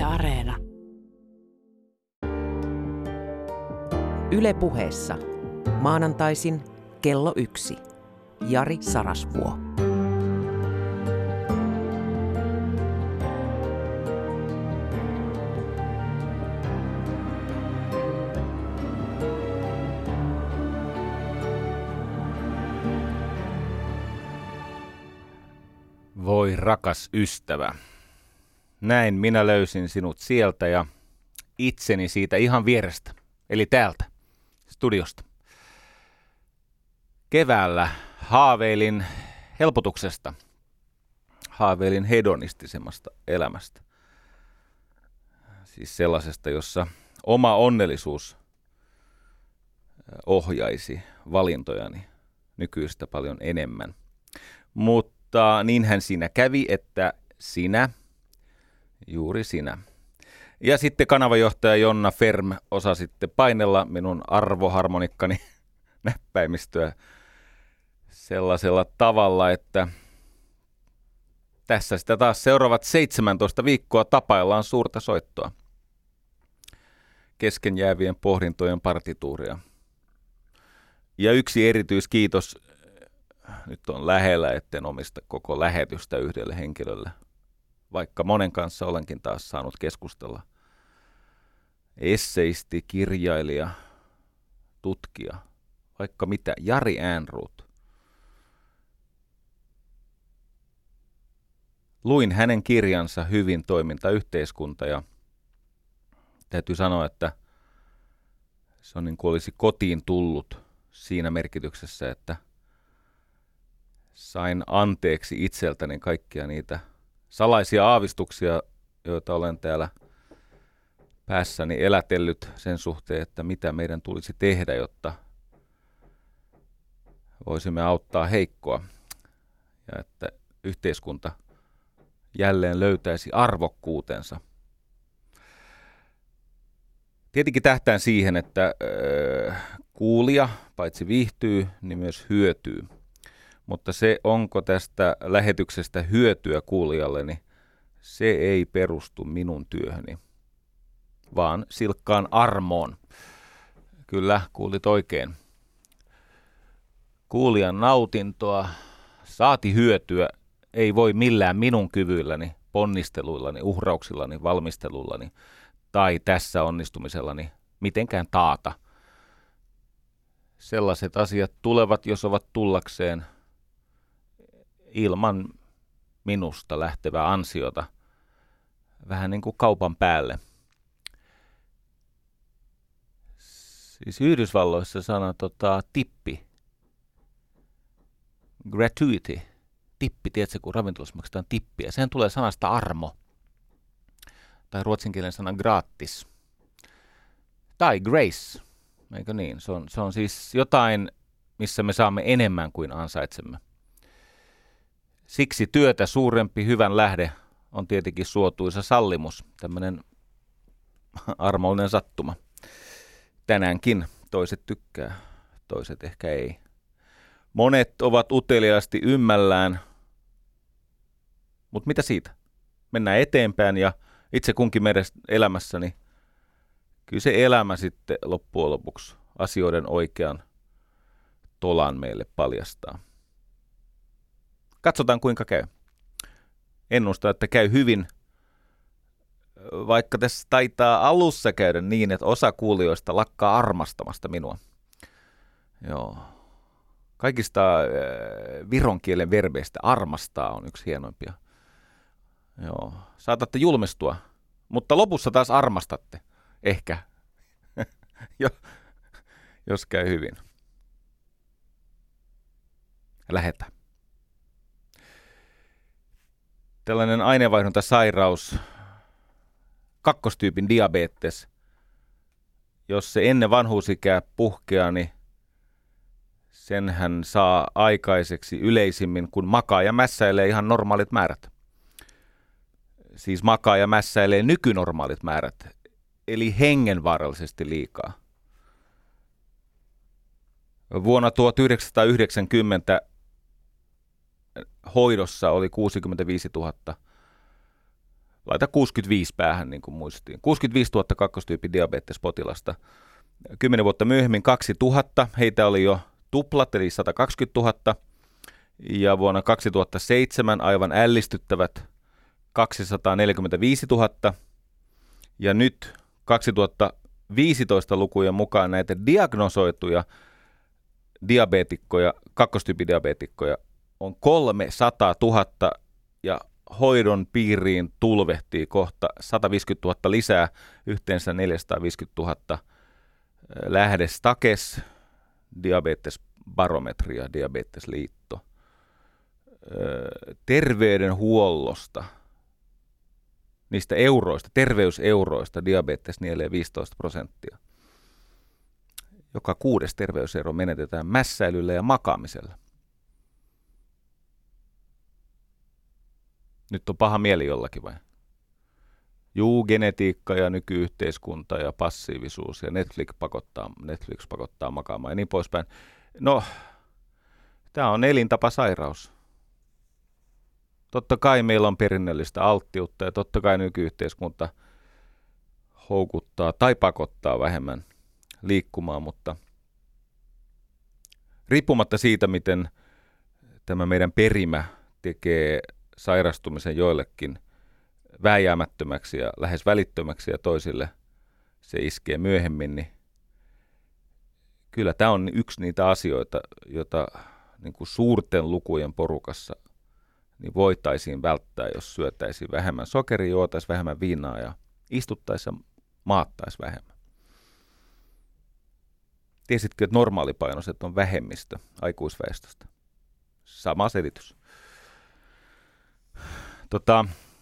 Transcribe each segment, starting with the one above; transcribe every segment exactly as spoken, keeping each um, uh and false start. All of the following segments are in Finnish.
Areena. Yle Puheessa. Maanantaisin kello yksi. Jari Sarasvuo. Voi rakas ystävä, näin minä löysin sinut sieltä ja itseni siitä ihan vierestä, eli täältä, studiosta. Keväällä haaveilin helpotuksesta, haaveilin hedonistisemmasta elämästä. Siis sellaisesta, jossa oma onnellisuus ohjaisi valintojani nykyistä paljon enemmän. Mutta Mutta niinhän siinä kävi, että sinä, juuri sinä. Ja sitten kanavajohtaja Jonna Ferm osasi sitten painella minun arvoharmonikkani näppäimistöä sellaisella tavalla, että tässä sitä taas seuraavat seitsemäntoista viikkoa tapaillaan suurta soittoa. Kesken jäävien pohdintojen partituuria. Ja yksi erityiskiitos. Nyt on lähellä, etten omista koko lähetystä yhdelle henkilölle, vaikka monen kanssa olenkin taas saanut keskustella. Esseisti, kirjailija, tutkija, vaikka mitä, Jari Ehrnrooth. Luin hänen kirjansa Hyvin toiminta yhteiskunta ja täytyy sanoa, että se on niin kuin olisi kotiin tullut siinä merkityksessä, että sain anteeksi itseltäni kaikkia niitä salaisia aavistuksia, joita olen täällä päässäni elätellyt sen suhteen, että mitä meidän tulisi tehdä, jotta voisimme auttaa heikkoa ja että yhteiskunta jälleen löytäisi arvokkuutensa. Tietenkin tähtään siihen, että öö, kuulija paitsi viihtyy, niin myös hyötyy. Mutta se, onko tästä lähetyksestä hyötyä kuulijalle, niin se ei perustu minun työhöni, vaan silkkaan armoon. Kyllä, kuulit oikein. Kuulijan nautintoa, saati hyötyä, ei voi millään minun kyvyilläni, ponnisteluillani, uhrauksillani, valmistelullani tai tässä onnistumisellani mitenkään taata. Sellaiset asiat tulevat, jos ovat tullakseen ilman minusta lähtevää ansiota, vähän niin kuin kaupan päälle. Siis Yhdysvalloissa sana tota, tippi, gratuity, tippi, tiedätkö, kun ravintolassa maksetaan tippiä. Sehän tulee sanasta armo, tai ruotsinkielinen sana gratis, tai grace, eikö niin? Se on, se on siis jotain, missä me saamme enemmän kuin ansaitsemme. Siksi työtä suurempi hyvän lähde on tietenkin suotuisa sallimus, tämmöinen armollinen sattuma. Tänäänkin toiset tykkää, toiset ehkä ei. Monet ovat uteliaasti ymmällään, mutta mitä siitä? Mennään eteenpäin ja itse kunkin meidän elämässäni, kyllä se elämä sitten loppujen lopuksi asioiden oikean tolan meille paljastaa. Katsotaan kuinka käy. Ennustan, että käy hyvin, vaikka tässä taitaa alussa käydä niin, että osa kuulijoista lakkaa armastamasta minua. Joo. Kaikista äh, viron kielen verbeistä armastaa on yksi hienoimpia. Joo. Saatatte julmistua, mutta lopussa taas armastatte. Ehkä. Jos käy hyvin. Lähetään. Tällainen aineenvaihduntasairaus, kakkostyypin diabetes, jos se ennen vanhuusikää puhkeaa, niin senhän saa aikaiseksi yleisimmin, kun makaa ja mässäilee ihan normaalit määrät. Siis makaa ja mässäilee nykynormaalit määrät, eli hengenvaarallisesti liikaa. Vuonna tuhatyhdeksänsataayhdeksänkymmentä hoidossa oli kuusikymmentäviisituhatta laita kuusikymmentäviisi päähän niin kuin muistiin. kuusikymmentäviisituhatta kakkostyypin diabetespotilasta. Kymmenen vuotta myöhemmin kaksituhatta, heitä oli jo tuplat eli sata kaksikymmentätuhatta. Ja vuonna kaksituhattaseitsemän aivan ällistyttävät kaksisataaneljäkymmentäviisituhatta. Ja nyt kaksituhattaviisitoista lukujen mukaan näitä diagnosoituja diabeetikkoja, kakkostyypidiabeetikkoja on kolmesataatuhatta ja hoidon piiriin tulvehtii kohta sata viisikymmentätuhatta lisää, yhteensä neljäsataaviisikymmentätuhatta lähde Stakes, diabetesbarometri ja diabetesliitto. Terveydenhuollosta, niistä euroista, terveyseuroista diabetes nielee viisitoista prosenttia. Joka kuudes terveysero menetetään mässäilyllä ja makaamisella. Nyt on paha mieli jollakin vai? Juu, genetiikka ja nykyyhteiskunta ja passiivisuus ja Netflix pakottaa, Netflix pakottaa makaamaan ja niin poispäin. No, tämä on elintapasairaus. Totta kai meillä on perinnöllistä alttiutta ja totta kai nykyyhteiskunta houkuttaa tai pakottaa vähemmän liikkumaan, mutta riippumatta siitä, miten tämä meidän perimä tekee sairastumisen joillekin vääjäämättömäksi ja lähes välittömäksi ja toisille se iskee myöhemmin, niin kyllä tämä on yksi niitä asioita, joita niin kuin suurten lukujen porukassa niin voitaisiin välttää, jos syötäisiin vähemmän sokeria, juotaisiin vähemmän viinaa ja istuttaisiin ja maattaisiin vähemmän. Tiesitkö, että normaalipainoiset on vähemmistö aikuisväestöstä? Sama selitys. Tota,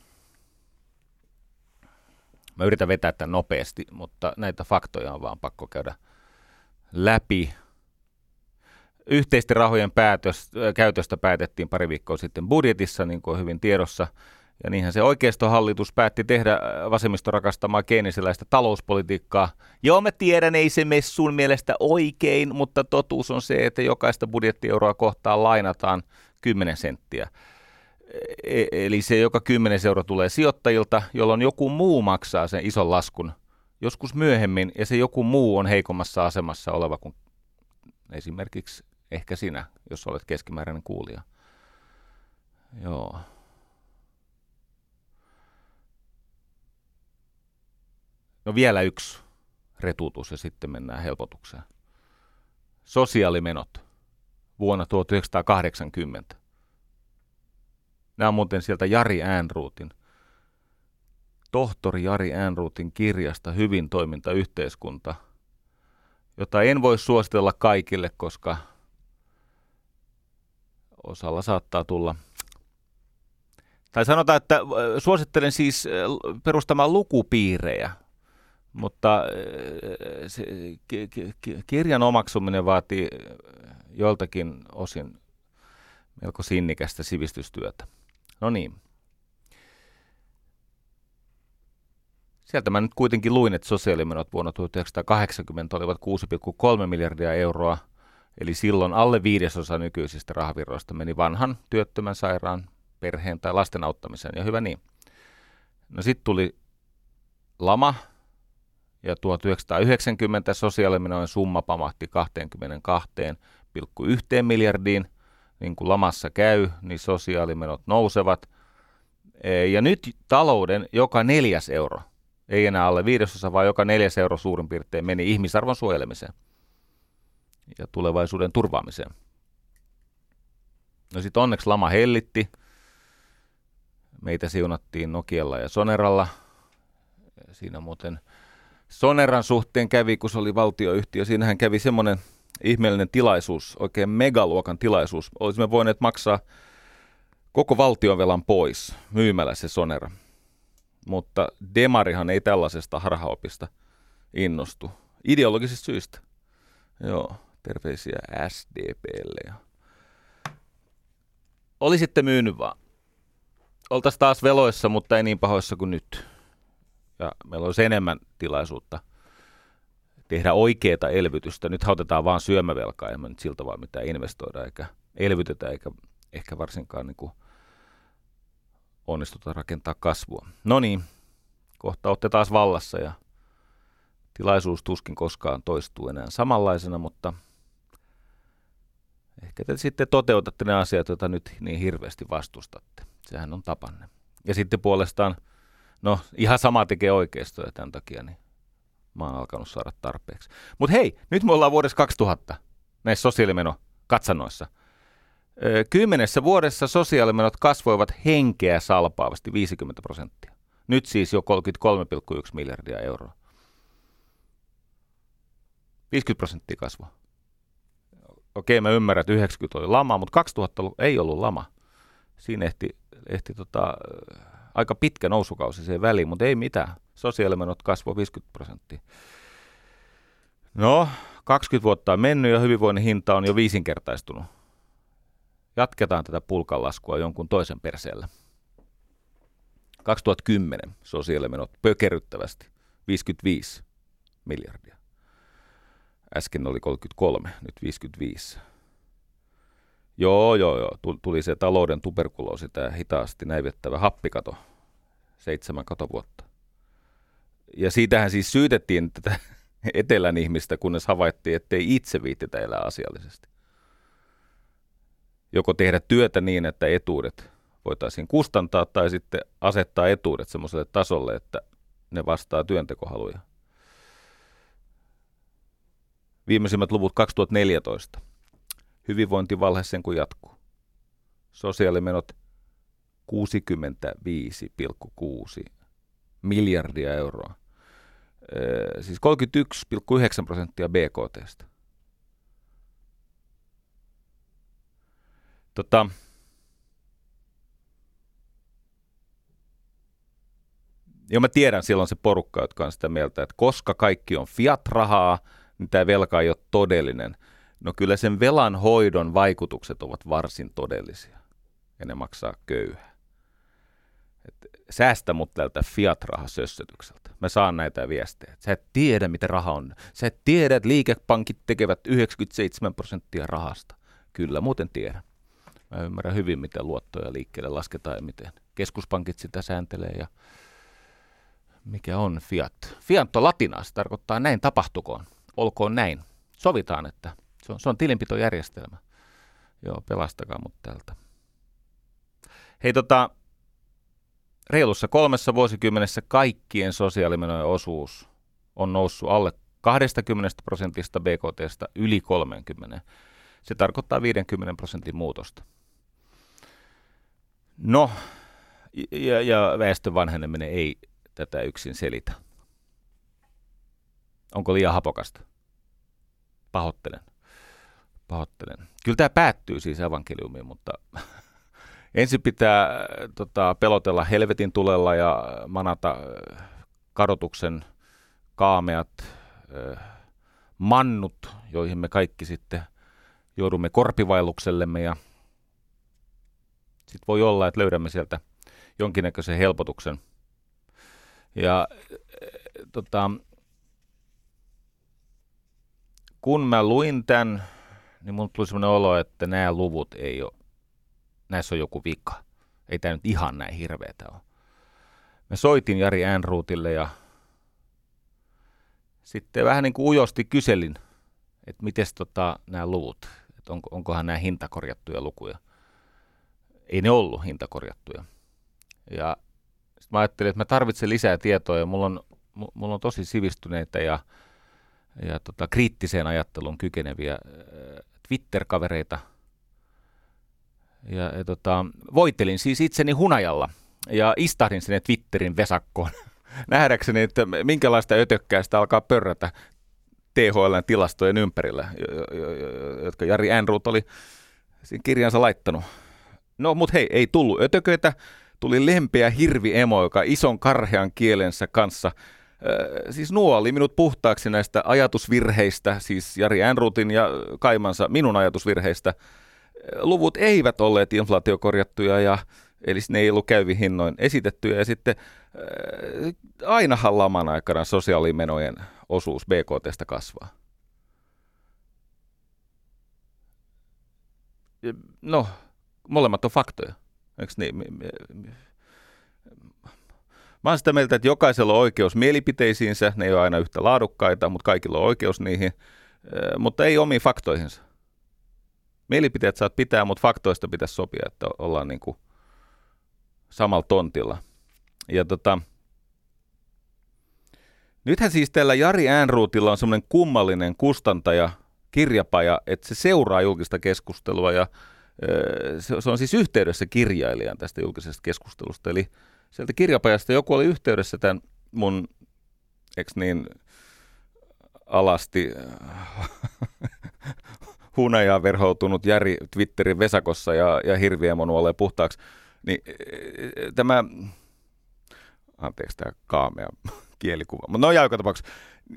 mä yritän vetää tämän nopeasti, mutta näitä faktoja on vaan pakko käydä läpi. Yhteisten rahojen päätös, käytöstä päätettiin pari viikkoa sitten budjetissa, niin kuin on hyvin tiedossa. Ja niinhän se oikeistohallitus päätti tehdä vasemmisto rakastamaa keynesiläistä talouspolitiikkaa. Joo, mä tiedän, ei se mene sun mielestä oikein, mutta totuus on se, että jokaista budjettieuroa kohtaan lainataan kymmenen senttiä. Eli se joka kymmenes euro tulee sijoittajilta, jolloin joku muu maksaa sen ison laskun joskus myöhemmin, ja se joku muu on heikommassa asemassa oleva kuin esimerkiksi ehkä sinä, jos olet keskimääräinen kuulija. Joo. No vielä yksi retutus ja sitten mennään helpotukseen. Sosiaalimenot vuonna tuhatyhdeksänsataakahdeksankymmentä. Nämä on muuten sieltä Jari Ehrnroothin, tohtori Jari Ehrnroothin kirjasta Hyvin toiminta yhteiskunta, jota en voi suositella kaikille, koska osalla saattaa tulla. Tai sanotaan, että suosittelen siis perustamaan lukupiirejä, mutta se kirjan omaksuminen vaatii joiltakin osin melko sinnikästä sivistystyötä. No niin. Sieltä mä nyt kuitenkin luin, että sosiaalimenot vuonna tuhatyhdeksänsataakahdeksankymmentä olivat kuusi pilkku kolme miljardia euroa, eli silloin alle viidesosa nykyisistä rahavirroista meni vanhan, työttömän, sairaan, perheen tai lasten auttamiseen, ja hyvä niin. No sitten tuli lama, ja tuhatyhdeksänsataayhdeksänkymmentä sosiaalimenojen summa pamahti kaksikymmentäkaksi pilkku yksi miljardiin, niin kuin lamassa käy, niin sosiaalimenot nousevat. Ja nyt talouden joka neljäs euro, ei enää alle viidesosa, vaan joka neljäs euro suurin piirtein meni ihmisarvon suojelemiseen ja tulevaisuuden turvaamiseen. No sitten onneksi lama hellitti. Meitä siunattiin Nokialla ja Soneralla. Siinä muuten Soneran suhteen kävi, kun se oli valtioyhtiö. Siinähän kävi semmoinen ihmeellinen tilaisuus, oikein megaluokan tilaisuus. Olisimme voineet maksaa koko valtionvelan pois myymällä se Sonera. Mutta Demarihan ei tällaisesta harhaopista innostu. Ideologisista syistä. Joo, terveisiä S D P:lle. Olisitte myynyt vaan. Oltaisiin taas veloissa, mutta ei niin pahoissa kuin nyt. Ja meillä olisi enemmän tilaisuutta tehdä oikeaa elvytystä. Nyt otetaan vaan syömävelkaa, ja me nyt siltä vaan mitään investoida, eikä elvytetä, eikä ehkä varsinkaan niin kuin onnistutaan rakentaa kasvua. No niin, kohta olette taas vallassa ja tilaisuus tuskin koskaan toistuu enää samanlaisena, mutta ehkä te sitten toteutatte ne asiat, joita nyt niin hirveästi vastustatte. Sehän on tapanne. Ja sitten puolestaan, no ihan sama tekee oikeisto ja tämän takia, niin mä oon alkanut saada tarpeeksi. Mutta hei, nyt me ollaan vuodessa kaksituhatta näissä sosiaalimenokatsannoissa. Kymmenessä vuodessa sosiaalimenot kasvoivat henkeä salpaavasti viisikymmentä prosenttia. Nyt siis jo kolmekymmentäkolme pilkku yksi miljardia euroa. viisikymmentä prosenttia kasvua. Okei, mä ymmärrän, että yhdeksänkymmentä oli lama, mutta kaksituhatta ei ollut lama. Siinä ehti, ehti tota, aika pitkä nousukausi siihen väliin, mutta ei mitään. Sosiaalimenot kasvoi viisikymmentä prosenttia. No, kaksikymmentä vuotta on mennyt ja hyvinvoinnin hinta on jo viisinkertaistunut. Jatketaan tätä pulkanlaskua jonkun toisen perseellä. kaksituhattakymmenen sosiaalimenot pökerryttävästi viisikymmentäviisi miljardia. Äsken oli kolmekymmentäkolme, nyt viisikymmentäviisi. Joo, joo, joo. Tuli se talouden tuberkuloosi, tämä hitaasti näivettävä happikato. Seitsemän katovuotta. Ja siitähän siis syytettiin tätä etelän ihmistä, kunnes havaittiin, ettei itse viittitä elää asiallisesti. Joko tehdä työtä niin, että etuudet voitaisiin kustantaa, tai sitten asettaa etuudet semmoiselle tasolle, että ne vastaa työntekohaluja. Viimeisimmät luvut kaksituhattaneljätoista. Hyvinvointivalhe sen kun jatkuu. Sosiaalimenot kuusikymmentäviisi pilkku kuusi miljardia euroa. Ee, siis kolmekymmentäyksi pilkku yhdeksän prosenttia B K T:stä. Tota, ja mä tiedän silloin se porukka, jotka on sitä mieltä, että koska kaikki on fiat-rahaa, niin tämä velka ei ole todellinen. No kyllä sen velan hoidon vaikutukset ovat varsin todellisia ja ne maksaa köyhää. Et säästä mut tältä fiat-rahasössötykseltä. Mä saan näitä viestejä. Sä et tiedä, mitä raha on. Sä et tiedä, että liikepankit tekevät yhdeksänkymmentäseitsemän prosenttia rahasta. Kyllä, muuten tiedän. Mä ymmärrän hyvin, miten luottoja liikkeelle lasketaan ja miten keskuspankit sitä sääntelee ja mikä on fiat. Fiat on latinaa, se tarkoittaa näin tapahtukoon. Olkoon näin. Sovitaan, että se on, se on tilinpitojärjestelmä. Joo, pelastakaa mut tältä. Hei tota, reilussa kolmessa vuosikymmenessä kaikkien sosiaalimenojen osuus on noussut alle kaksikymmentä prosentista B K T:stä yli kolmekymmentä. Se tarkoittaa viidenkymmenen prosentin muutosta. No, ja, ja väestön vanheneminen ei tätä yksin selitä. Onko liian hapokasta? Pahoittelen. Pahoittelen. Kyllä tämä päättyy siis evankeliumiin, mutta ensin pitää tota, pelotella helvetin tulella ja manata kadotuksen kaameat äh, mannut, joihin me kaikki sitten joudumme korpivaelluksellemme ja sitten voi olla, että löydämme sieltä jonkinnäköisen helpotuksen. Ja äh, tota, kun mä luin tämän, niin mun tuli sellainen olo, että nämä luvut ei ole, näissä on joku vika. Ei tämä nyt ihan näin hirveetä ole. Mä soitin Jari Ehrnrootille ja sitten vähän niin kuin ujosti kyselin, että miten tota, nämä luvut, että onko, onkohan nämä hintakorjattuja lukuja. Ei ne ollut hintakorjattuja. Ja sitten mä ajattelin, että mä tarvitsen lisää tietoa ja mulla on, mulla on tosi sivistyneitä ja, ja tota, kriittiseen ajatteluun kykeneviä äh, Twitter-kavereita. Ja, ja tota, voitelin siis itseni hunajalla ja istahdin sinne Twitterin vesakkoon nähdäkseni, että minkälaista ötökkää sitä alkaa pörrätä T H L:n tilastojen ympärillä, jotka Jari Ehrnrooth oli siinä kirjansa laittanut. No, mutta hei, ei tullut ötököitä, tuli lempeä hirviemo, joka ison karhean kielensä kanssa äh, siis nuoli minut puhtaaksi näistä ajatusvirheistä, siis Jari Ehrnroothin ja kaimansa minun ajatusvirheistä. Luvut eivät olleet inflaatiokorjattuja, ja, eli ne ei ollut käyvin hinnoin esitettyjä. Ja sitten äh, ainahan laman aikana sosiaalimenojen osuus B K T:stä kasvaa. No, molemmat on faktoja. Eikö niin? Mä oon sitä mieltä, että jokaisella on oikeus mielipiteisiinsä, ne ei ole aina yhtä laadukkaita, mutta kaikilla on oikeus niihin, mutta ei omiin faktoihinsa. Mielipiteet saat pitää, mutta faktoista pitäisi sopia, että ollaan niin kuin samalla tontilla. Ja tota, nythän siis tällä Jari Ehrnrootilla on semmoinen kummallinen kustantaja, kirjapaja, että se seuraa julkista keskustelua ja se on siis yhteydessä kirjailijan tästä julkisesta keskustelusta. Eli sieltä kirjapajasta joku oli yhteydessä tämän mun, eks niin, alasti hunajaa verhoutunut Jari Twitterin vesakossa ja, ja hirviä nuolee puhtaaksi. Niin tämä, anteeksi tämä kaamea kielikuva, mutta no joka tapauksessa.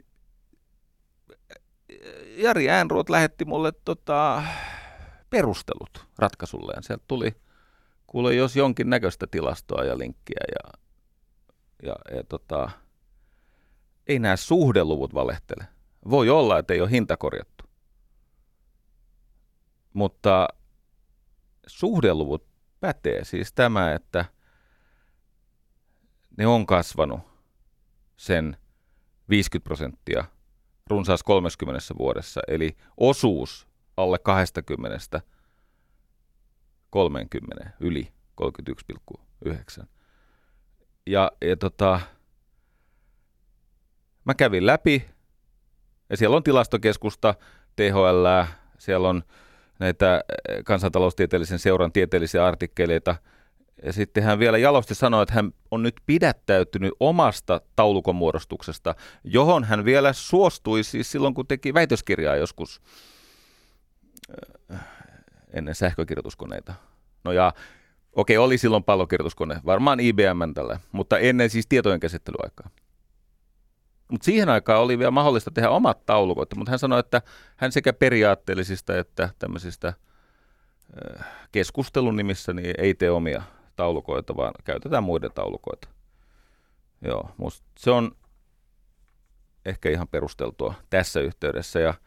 Jari Ehrnrooth lähetti mulle tota, perustelut ratkaisulleen. Sieltä tuli, kuule, jos jonkin näköistä tilastoa ja linkkiä ja, ja, ja tota, ei nämä suhdeluvut valehtele. Voi olla, että ei ole hinta korjattu. Mutta suhdeluvut pätee siis tämä, että ne on kasvanut sen viisikymmentä prosenttia runsaassa kolmekymmentä vuodessa, eli osuus alle kaksikymmentä kolmekymmentä, yli kolmekymmentäyksi pilkku yhdeksän. Ja, ja tota, mä kävin läpi, ja siellä on tilastokeskusta, T H L, siellä on näitä kansantaloustieteellisen seuran tieteellisiä artikkeleita, ja sitten hän vielä jalosti sanoi, että hän on nyt pidättäytynyt omasta taulukonmuodostuksesta, johon hän vielä suostui siis silloin, kun teki väitöskirjaa joskus ennen sähkökirjoituskoneita. No ja okei, oli silloin pallokirjoituskone, varmaan I B M tällä, mutta ennen siis tietojen käsittelyaikaa. Mutta siihen aikaan oli vielä mahdollista tehdä omat taulukot, mutta hän sanoi, että hän sekä periaatteellisista että tämmöisistä keskustelun nimissä niin ei tee omia taulukoita, vaan käytetään muiden taulukoita. Joo, musta se on ehkä ihan perusteltua tässä yhteydessä. Ja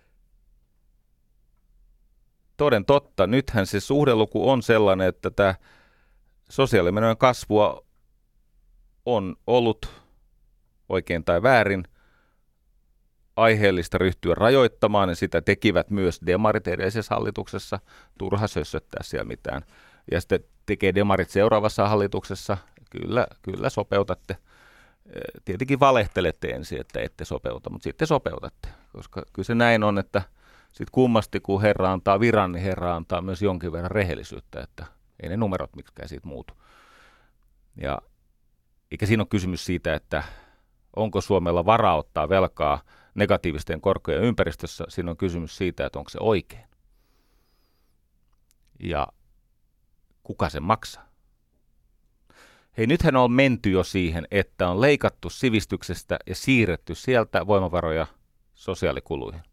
toden totta, nythän se suhdeluku on sellainen, että tämä sosiaalimenojen kasvua on ollut oikein tai väärin aiheellista ryhtyä rajoittamaan, ja sitä tekivät myös demarit edellisessä hallituksessa. Turha sössöttää siellä mitään. Ja sitten tekee demarit seuraavassa hallituksessa. Kyllä, kyllä sopeutatte. Tietenkin valehtelette ensin, että ette sopeuta, mutta sitten sopeutatte. Koska kyllä se näin on, että sitten kummasti kun herra antaa viran, niin herra antaa myös jonkin verran rehellisyyttä, että ei ne numerot miksikään siitä muutu. Ja eikä siinä ole kysymys siitä, että onko Suomella varaa ottaa velkaa negatiivisten korkojen ympäristössä, siinä on kysymys siitä, että onko se oikein. Ja kuka sen maksaa? Hei, nythän on menty jo siihen, että on leikattu sivistyksestä ja siirretty sieltä voimavaroja sosiaalikuluihin.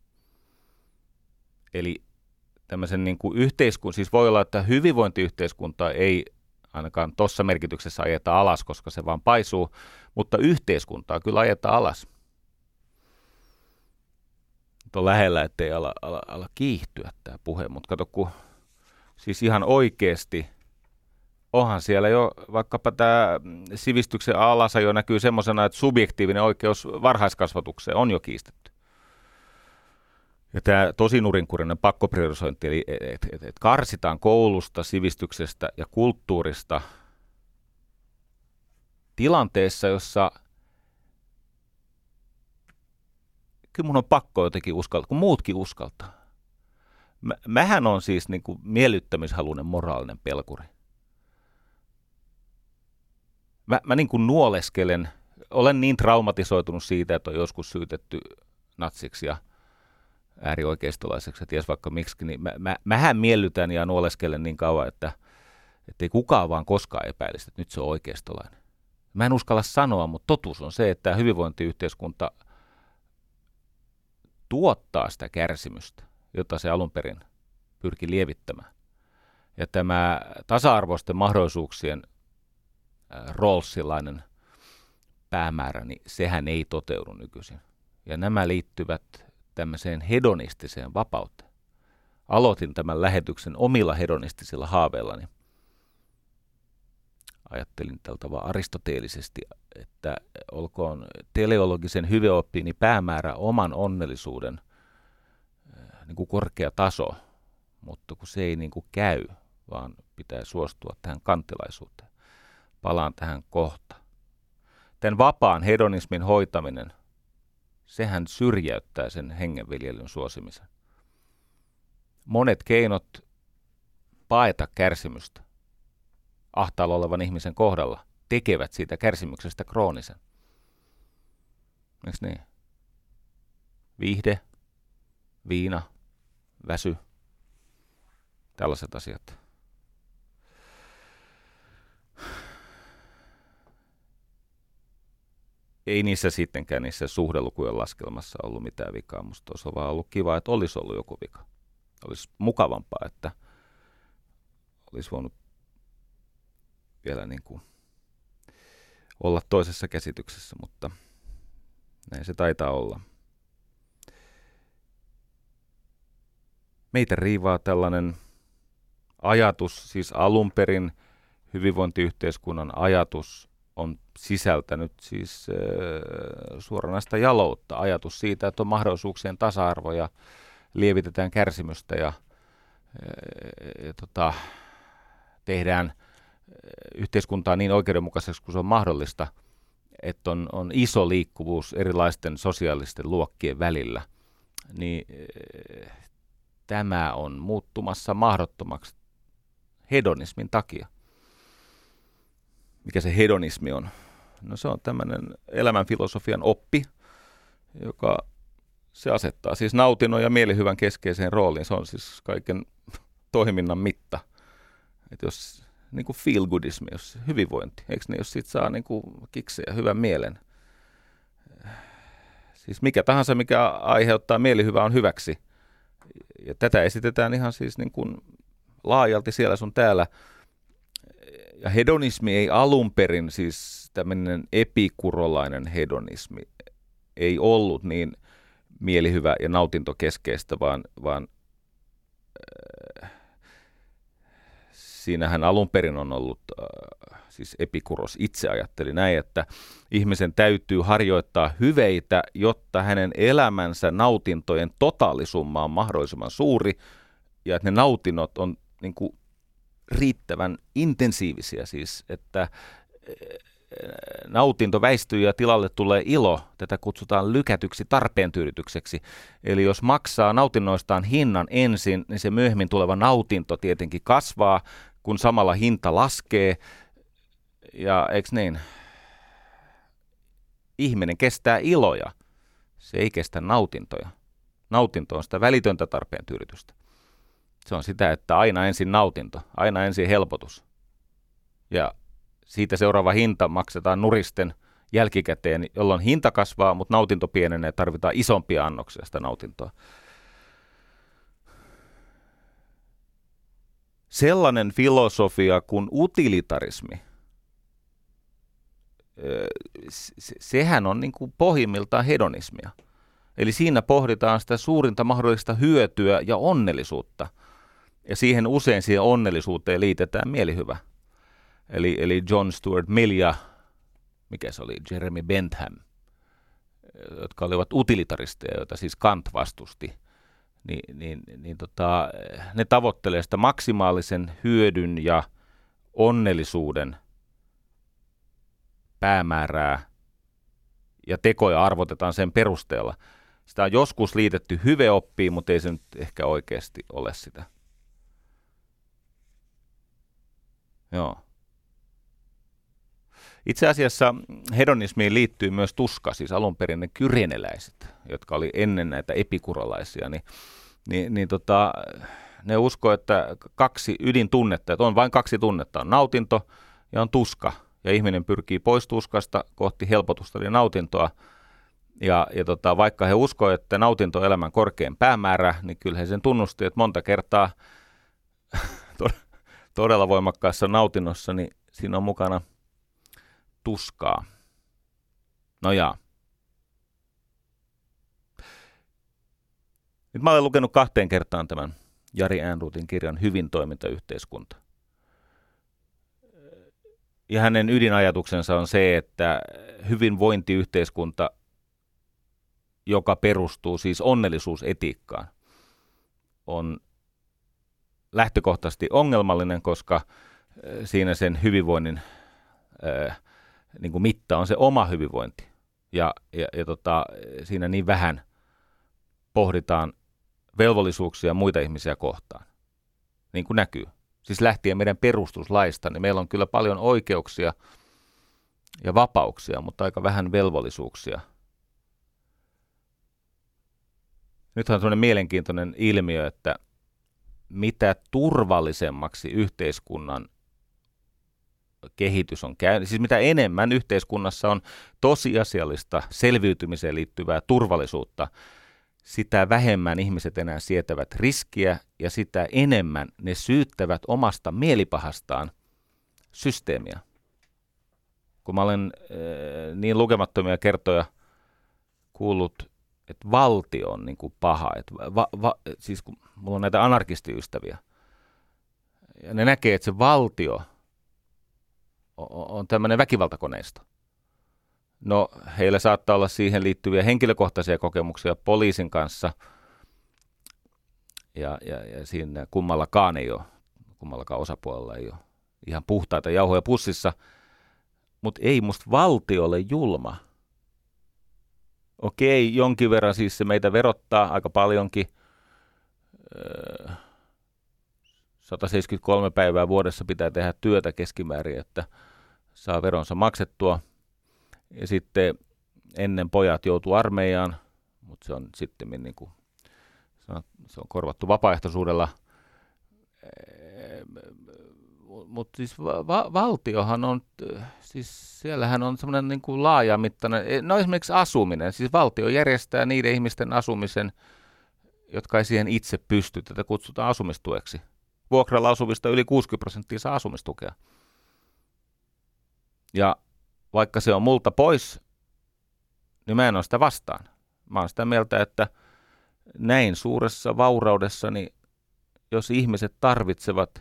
Eli tämmöisen niin kuin yhteiskunnan, siis voi olla, että hyvinvointiyhteiskunta ei ainakaan tuossa merkityksessä ajeta alas, koska se vaan paisuu, mutta yhteiskuntaa kyllä ajetaan alas. Nyt on lähellä, ettei ala, ala, ala kiihtyä tämä puhe, mutta kato, kun siis ihan oikeasti onhan siellä jo vaikkapa tämä sivistyksen alasajo näkyy semmoisena, että subjektiivinen oikeus varhaiskasvatukseen on jo kiistetty. Ja tämä tosi nurinkurinen pakkopriorisointi, eli että et, et karsitaan koulusta, sivistyksestä ja kulttuurista tilanteessa, jossa kyllä mun on pakko jotenkin uskaltaa, kun muutkin uskaltaa. Mä, mähän on siis niin kuin miellyttämishaluinen moraalinen pelkuri. Mä, mä niin kuin nuoleskelen, olen niin traumatisoitunut siitä, että on joskus syytetty natsiksi ja äärioikeistolaiseksi, ja ties vaikka miksi, niin mä, mä, mähän miellytän ja nuoleskelen niin kauan, että ei kukaan vaan koskaan epäilisi, että nyt se on oikeistolainen. Mä en uskalla sanoa, mutta totuus on se, että hyvinvointiyhteiskunta tuottaa sitä kärsimystä, jota se alun perin pyrki lievittämään. Ja tämä tasa-arvoisten mahdollisuuksien Rawlsilainen päämäärä, niin sehän ei toteudu nykyisin. Ja nämä liittyvät tämmöiseen hedonistiseen vapauteen. Aloitin tämän lähetyksen omilla hedonistisilla haaveillani. ajattelin tällä tavalla aristoteellisesti, että olkoon teleologisen hyveoppiini päämäärä oman onnellisuuden niin kuin korkea taso, mutta kun se ei niin kuin käy, vaan pitää suostua tähän kantilaisuuteen. Palaan tähän kohta. Tämän vapaan hedonismin hoitaminen, sehän syrjäyttää sen hengenviljelyn suosimisen. Monet keinot paeta kärsimystä ahtaalla olevan ihmisen kohdalla tekevät siitä kärsimyksestä kroonisen. Eikö niin? Viihde, viina, väsy, tällaiset asiat. Ei niissä sittenkään niissä suhdelukujen laskelmassa ollut mitään vikaa. Musta olisi vaan ollut kiva, että olisi ollut joku vika. Olisi mukavampaa, että olisi voinut vielä niin kuin olla toisessa käsityksessä, mutta näin se taitaa olla. Meitä riivaa tällainen ajatus, siis alun perin hyvinvointiyhteiskunnan ajatus on sisältänyt siis äh, suoranaista jaloutta. Ajatus siitä, että on mahdollisuuksien tasa-arvo ja lievitetään kärsimystä ja, ja, ja tota, tehdään yhteiskuntaa niin oikeudenmukaiseksi kuin se on mahdollista, että on, on iso liikkuvuus erilaisten sosiaalisten luokkien välillä, niin äh, tämä on muuttumassa mahdottomaksi hedonismin takia. Mikä se hedonismi on? No se on tämmöinen elämänfilosofian oppi, joka se asettaa siis nautinnon ja mielihyvän keskeiseen rooliin. Se on siis kaiken toiminnan mitta. Että jos niin kuin feel goodismi, jos hyvinvointi, eikö niin, jos siitä saa niin kuin kiksejä, hyvän mielen. Siis mikä tahansa, mikä aiheuttaa mielihyvää, on hyväksi. Ja tätä esitetään ihan siis niin kuin laajalti siellä sun täällä. Ja hedonismi ei alun perin, siis tämmöinen epikurolainen hedonismi, ei ollut niin mielihyvä ja nautintokeskeistä, vaan, vaan äh, siinähän alun perin on ollut, äh, siis Epikuros itse ajatteli näin, että ihmisen täytyy harjoittaa hyveitä, jotta hänen elämänsä nautintojen totaalisumma on mahdollisimman suuri, ja että ne nautinnot on niin kuin riittävän intensiivisiä, siis että nautinto väistyy ja tilalle tulee ilo. Tätä kutsutaan lykätyksi tarpeen tyydytykseksi. Eli jos maksaa nautinnoistaan hinnan ensin, niin se myöhemmin tuleva nautinto tietenkin kasvaa, kun samalla hinta laskee. Ja eikö niin? Ihminen kestää iloja. Se ei kestä nautintoja. Nautinto on sitä välitöntä tarpeen tyydytystä. Se on sitä, että aina ensin nautinto, aina ensin helpotus. Ja siitä seuraava hinta maksetaan nuristen jälkikäteen, jolloin hinta kasvaa, mutta nautinto pienenee, tarvitaan isompia annoksia sitä nautintoa. Sellainen filosofia kuin utilitarismi, sehän on niin kuin pohjimmiltaan hedonismia. Eli siinä pohditaan sitä suurinta mahdollista hyötyä ja onnellisuutta. Ja siihen usein siihen onnellisuuteen liitetään mielihyvä. Eli, eli John Stuart Mill ja mikä se oli, Jeremy Bentham, jotka olivat utilitaristeja, joita siis Kant vastusti, niin, niin, niin tota, ne tavoittelee sitä maksimaalisen hyödyn ja onnellisuuden päämäärää ja tekoja arvotetaan sen perusteella. Sitä on joskus liitetty hyveoppiin, mutta ei se nyt ehkä oikeasti ole sitä. Joo. Itse asiassa hedonismiin liittyy myös tuska, siis alun perin ne kyreneläiset, jotka oli ennen näitä epikurolaisia, niin, niin, niin tota, ne uskoo, että kaksi ydintunnetta, että on vain kaksi tunnetta, on nautinto ja on tuska, ja ihminen pyrkii pois tuskasta kohti helpotusta eli nautintoa, ja, ja tota, vaikka he uskoo, että nautinto on elämän korkein päämäärä, niin kyllä he sen tunnusti, että monta kertaa todella voimakkaassa nautinnossa, niin siinä on mukana tuskaa. No jaa. Nyt mä olen lukenut kahteen kertaan tämän Jari Ehrnroothin kirjan Hyvin toiminta yhteiskunta. ja hänen ydinajatuksensa on se, että hyvinvointiyhteiskunta, joka perustuu siis onnellisuusetiikkaan, on lähtökohtaisesti ongelmallinen, koska siinä sen hyvinvoinnin ää, niin kuin mitta on se oma hyvinvointi. Ja, ja, ja tota, siinä niin vähän pohditaan velvollisuuksia muita ihmisiä kohtaan, niin kuin näkyy. Siis lähtien meidän perustuslaista, niin meillä on kyllä paljon oikeuksia ja vapauksia, mutta aika vähän velvollisuuksia. Nythän on sellainen mielenkiintoinen ilmiö, että mitä turvallisemmaksi yhteiskunnan kehitys on käynyt, siis mitä enemmän yhteiskunnassa on tosiasiallista selviytymiseen liittyvää turvallisuutta, sitä vähemmän ihmiset enää sietävät riskiä ja sitä enemmän ne syyttävät omasta mielipahastaan systeemiä. Kun mä olen äh, niin lukemattomia kertoja kuullut, että valtio on niin kuin paha, että va, va, siis kun mulla on näitä anarkistiystäviä, ja ne näkee, että se valtio on, on tämmöinen väkivaltakoneisto. No, heillä saattaa olla siihen liittyviä henkilökohtaisia kokemuksia poliisin kanssa, ja, ja, ja siinä kummallakaan ei ole, kummallakaan osapuolella ei ole ihan puhtaita jauhoja pussissa, mutta ei musta valtio ole julma. Okei, jonkin verran siis se meitä verottaa aika paljonkin, öö, sata seitsemänkymmentäkolme päivää vuodessa pitää tehdä työtä keskimäärin, että saa veronsa maksettua. Ja sitten ennen pojat joutuu armeijaan, mutta se on sitten niin kuin, se on korvattu vapaaehtoisuudella. Mutta siis va- valtiohan on, siis siellähän on semmoinen niin kuin laajamittainen, no esimerkiksi asuminen, siis valtio järjestää niiden ihmisten asumisen, jotka ei siihen itse pysty, tätä kutsutaan asumistueksi. Vuokralla asuvista yli kuusikymmentä prosenttia saa asumistukea. Ja vaikka se on multa pois, niin mä en ole sitä vastaan. Mä oon sitä mieltä, että näin suuressa vauraudessa, niin jos ihmiset tarvitsevat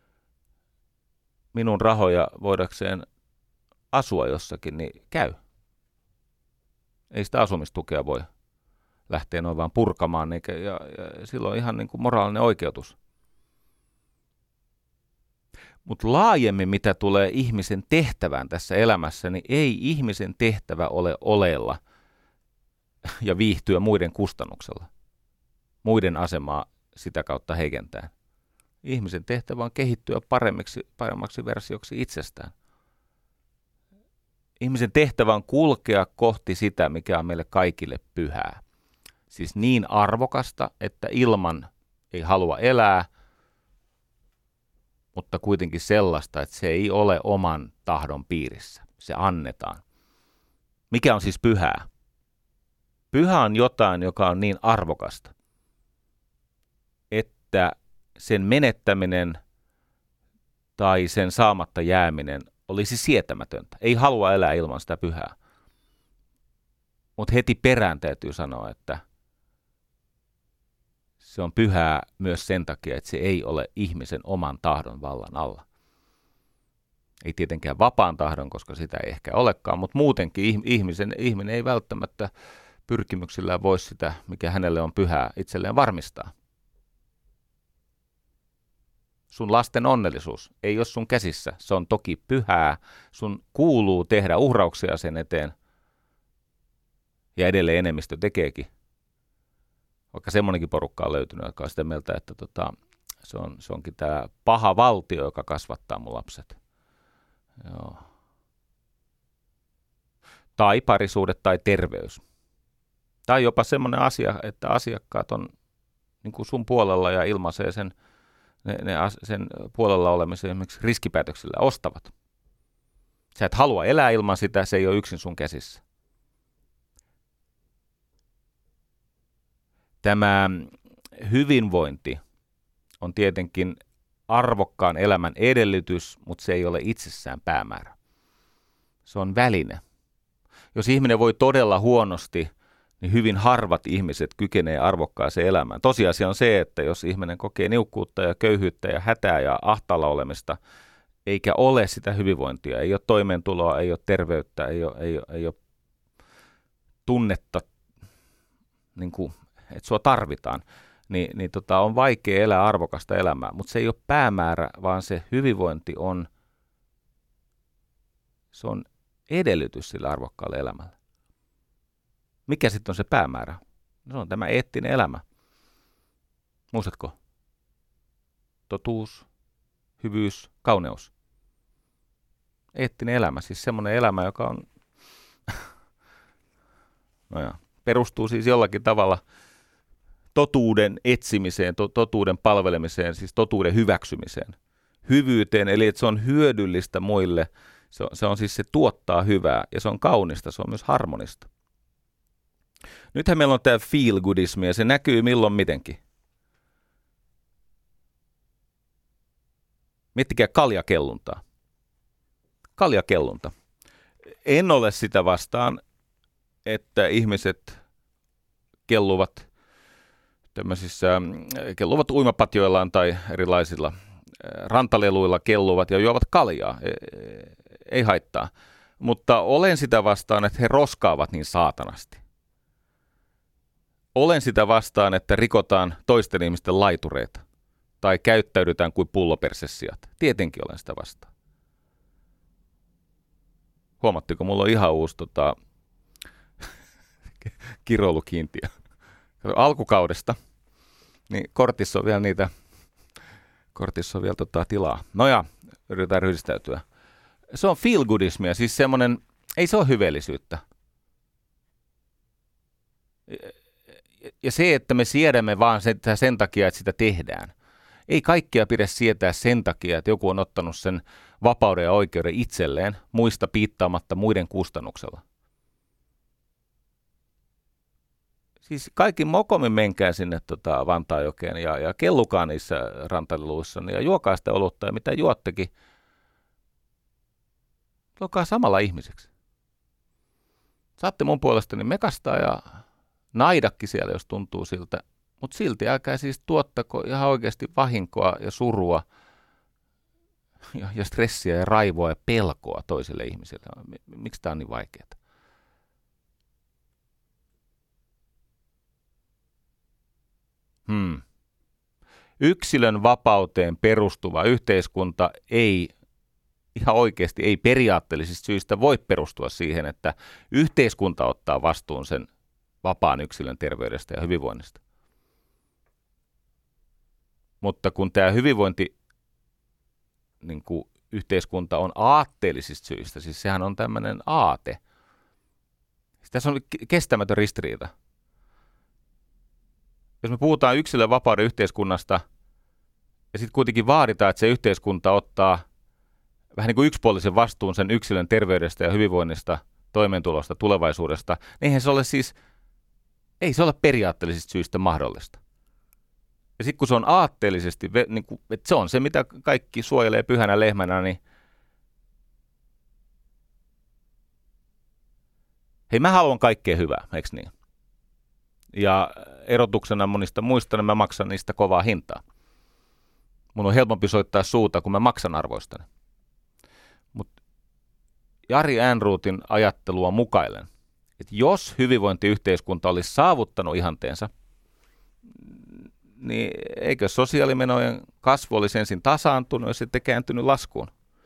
minun rahoja voidakseen asua jossakin, niin käy. Ei sitä asumistukea voi lähteä noin vaan purkamaan, eikä, ja, ja silloin ihan niin kuin moraalinen oikeutus. Mutta laajemmin, mitä tulee ihmisen tehtävään tässä elämässä, niin ei ihmisen tehtävä ole oleella ja viihtyä muiden kustannuksella. Muiden asemaa sitä kautta heikentää. Ihmisen tehtävä on kehittyä paremmiksi, paremmaksi versioksi itsestään. Ihmisen tehtävä on kulkea kohti sitä, mikä on meille kaikille pyhää. Siis niin arvokasta, että ilman ei halua elää, mutta kuitenkin sellaista, että se ei ole oman tahdon piirissä. Se annetaan. Mikä on siis pyhää? Pyhä on jotain, joka on niin arvokasta, että sen menettäminen tai sen saamatta jääminen olisi sietämätöntä. Ei halua elää ilman sitä pyhää. Mutta heti perään täytyy sanoa, että se on pyhää myös sen takia, että se ei ole ihmisen oman tahdon vallan alla. Ei tietenkään vapaan tahdon, koska sitä ei ehkä olekaan, mutta muutenkin ihmisen, ihminen ei välttämättä pyrkimyksillään voi sitä, mikä hänelle on pyhää, itselleen varmistaa. Sun lasten onnellisuus ei ole sun käsissä. Se on toki pyhää. Sun kuuluu tehdä uhrauksia sen eteen. Ja edelleen enemmistö tekeekin. Vaikka semmoinenkin porukka on löytynyt, joka on sitä mieltä, että tota, se, on, se onkin tämä paha valtio, joka kasvattaa mun lapset. Joo. Tai parisuudet tai terveys. Tai jopa semmoinen asia, että asiakkaat on niin kuin sun puolella ja ilmaisee sen, ne, ne, sen puolella olemisen esimerkiksi riskipäätöksillä ostavat. Sä et halua elää ilman sitä, se ei ole yksin sun käsissä. Tämä hyvinvointi on tietenkin arvokkaan elämän edellytys, mutta se ei ole itsessään päämäärä. Se on väline. Jos ihminen voi todella huonosti, niin hyvin harvat ihmiset kykenee arvokkaaseen elämään. Tosiasia on se, että jos ihminen kokee niukkuutta ja köyhyyttä ja hätää ja ahtaalla olemista, eikä ole sitä hyvinvointia, ei ole toimeentuloa, ei ole terveyttä, ei ole, ei ole, ei ole tunnetta, niin kuin, että sua tarvitaan, niin, niin tota, on vaikea elää arvokasta elämää, mutta se ei ole päämäärä, vaan se hyvinvointi on, se on edellytys sille arvokkaalle elämälle. Mikä sitten on se päämäärä? No, se on tämä eettinen elämä. Muistatko? Totuus, hyvyys, kauneus. Eettinen elämä, siis semmoinen elämä, joka on, no ja, perustuu siis jollakin tavalla totuuden etsimiseen, to- totuuden palvelemiseen, siis totuuden hyväksymiseen, hyvyyteen, eli että se on hyödyllistä muille, se on, se on siis se tuottaa hyvää ja se on kaunista, se on myös harmonista. Nythän meillä on tämä feel-goodismi ja se näkyy milloin mitenkin. Miettikää kaljakelluntaa. Kaljakellunta. En ole sitä vastaan, että ihmiset kelluvat tämmöisissä, kelluvat uimapatjoillaan tai erilaisilla rantaleluilla kelluvat ja juovat kaljaa. Ei haittaa. Mutta olen sitä vastaan, että he roskaavat niin saatanasti. Olen sitä vastaan, että rikotaan toisten ihmisten laitureita tai käyttäydytään kuin pullopersessijat. Tietenkin olen sitä vastaan. Huomattiko, mulla on ihan uusi tota, kiroilukiintiö. Alkukaudesta, niin kortissa on vielä niitä, kortissa on vielä tota tilaa. No ja, yritetään ryhdistäytyä. Se on feel-goodismia, siis semmoinen, ei se ole hyveellisyyttä. Ja se, että me siedämme vaan sen, sen takia, että sitä tehdään. Ei kaikkea pidä sietää sen takia, että joku on ottanut sen vapauden ja oikeuden itselleen, muista piittaamatta muiden kustannuksella. Siis kaikki mokomin menkää sinne tota, Vantaajokeen ja, ja kellukaa niissä rantaleluissa ja juokaa sitä olutta ja mitä juottekin. Olkaa samalla ihmiseksi. Saatte mun puolestani mekastaa ja naidakki siellä, jos tuntuu siltä. Mutta silti älkää siis tuottako ihan oikeasti vahinkoa ja surua ja, ja stressiä ja raivoa ja pelkoa toisille ihmisille. Miksi tämä on niin vaikeaa? Hmm. Yksilön vapauteen perustuva yhteiskunta ei ihan oikeasti, ei periaatteellisista syistä voi perustua siihen, että yhteiskunta ottaa vastuun sen vapaan yksilön terveydestä ja hyvinvoinnista. Mutta kun tämä hyvinvointi niin kuin yhteiskunta on aatteellisista syistä, siis sehän on tämmöinen aate. Tässä on kestämätön ristiriita. Jos me puhutaan yksilön vapauden yhteiskunnasta ja sitten kuitenkin vaaditaan, että se yhteiskunta ottaa vähän niin kuin yksipuolisen vastuun sen yksilön terveydestä ja hyvinvoinnista, toimeentulosta, tulevaisuudesta, niin eihän se ole siis, ei se ole periaatteellisista syistä mahdollista. Ja sitten kun se on aatteellisesti, niin kuin, että se on se, mitä kaikki suojelee pyhänä lehmänä, niin hei, mä haluan kaikkea hyvää, eikö niin? Ja erotuksena monista muista, niin mä maksan niistä kovaa hintaa. Mun on helpompi soittaa suuta, kun mä maksan arvoistani. Mutta Jari Ehrnroothin ajattelua mukailen, että jos hyvinvointiyhteiskunta olisi saavuttanut ihanteensa, niin eikö sosiaalimenojen kasvu olisi ensin tasaantunut ja sitten kääntynyt laskuun?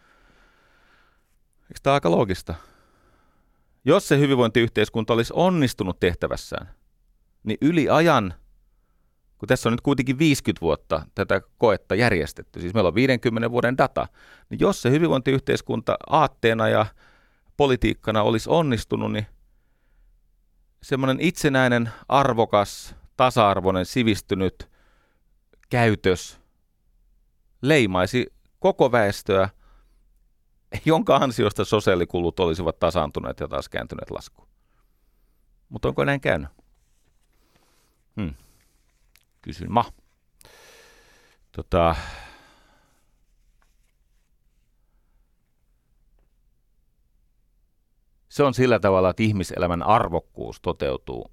Eikö tämä aika loogista? Jos se hyvinvointiyhteiskunta olisi onnistunut tehtävässään, niin yli ajan, kun tässä on nyt kuitenkin viisikymmentä vuotta tätä koetta järjestetty, siis meillä on viidenkymmenen vuoden data, niin jos se hyvinvointiyhteiskunta aatteena ja politiikkana olisi onnistunut, niin semmoinen itsenäinen, arvokas, tasa-arvoinen, sivistynyt käytös leimaisi koko väestöä, jonka ansiosta sosiaalikulut olisivat tasaantuneet ja taas kääntyneet laskuun. Mutta onko näin käynyt? Hmm. Kysyn mä. Tota, se on sillä tavalla, että ihmiselämän arvokkuus toteutuu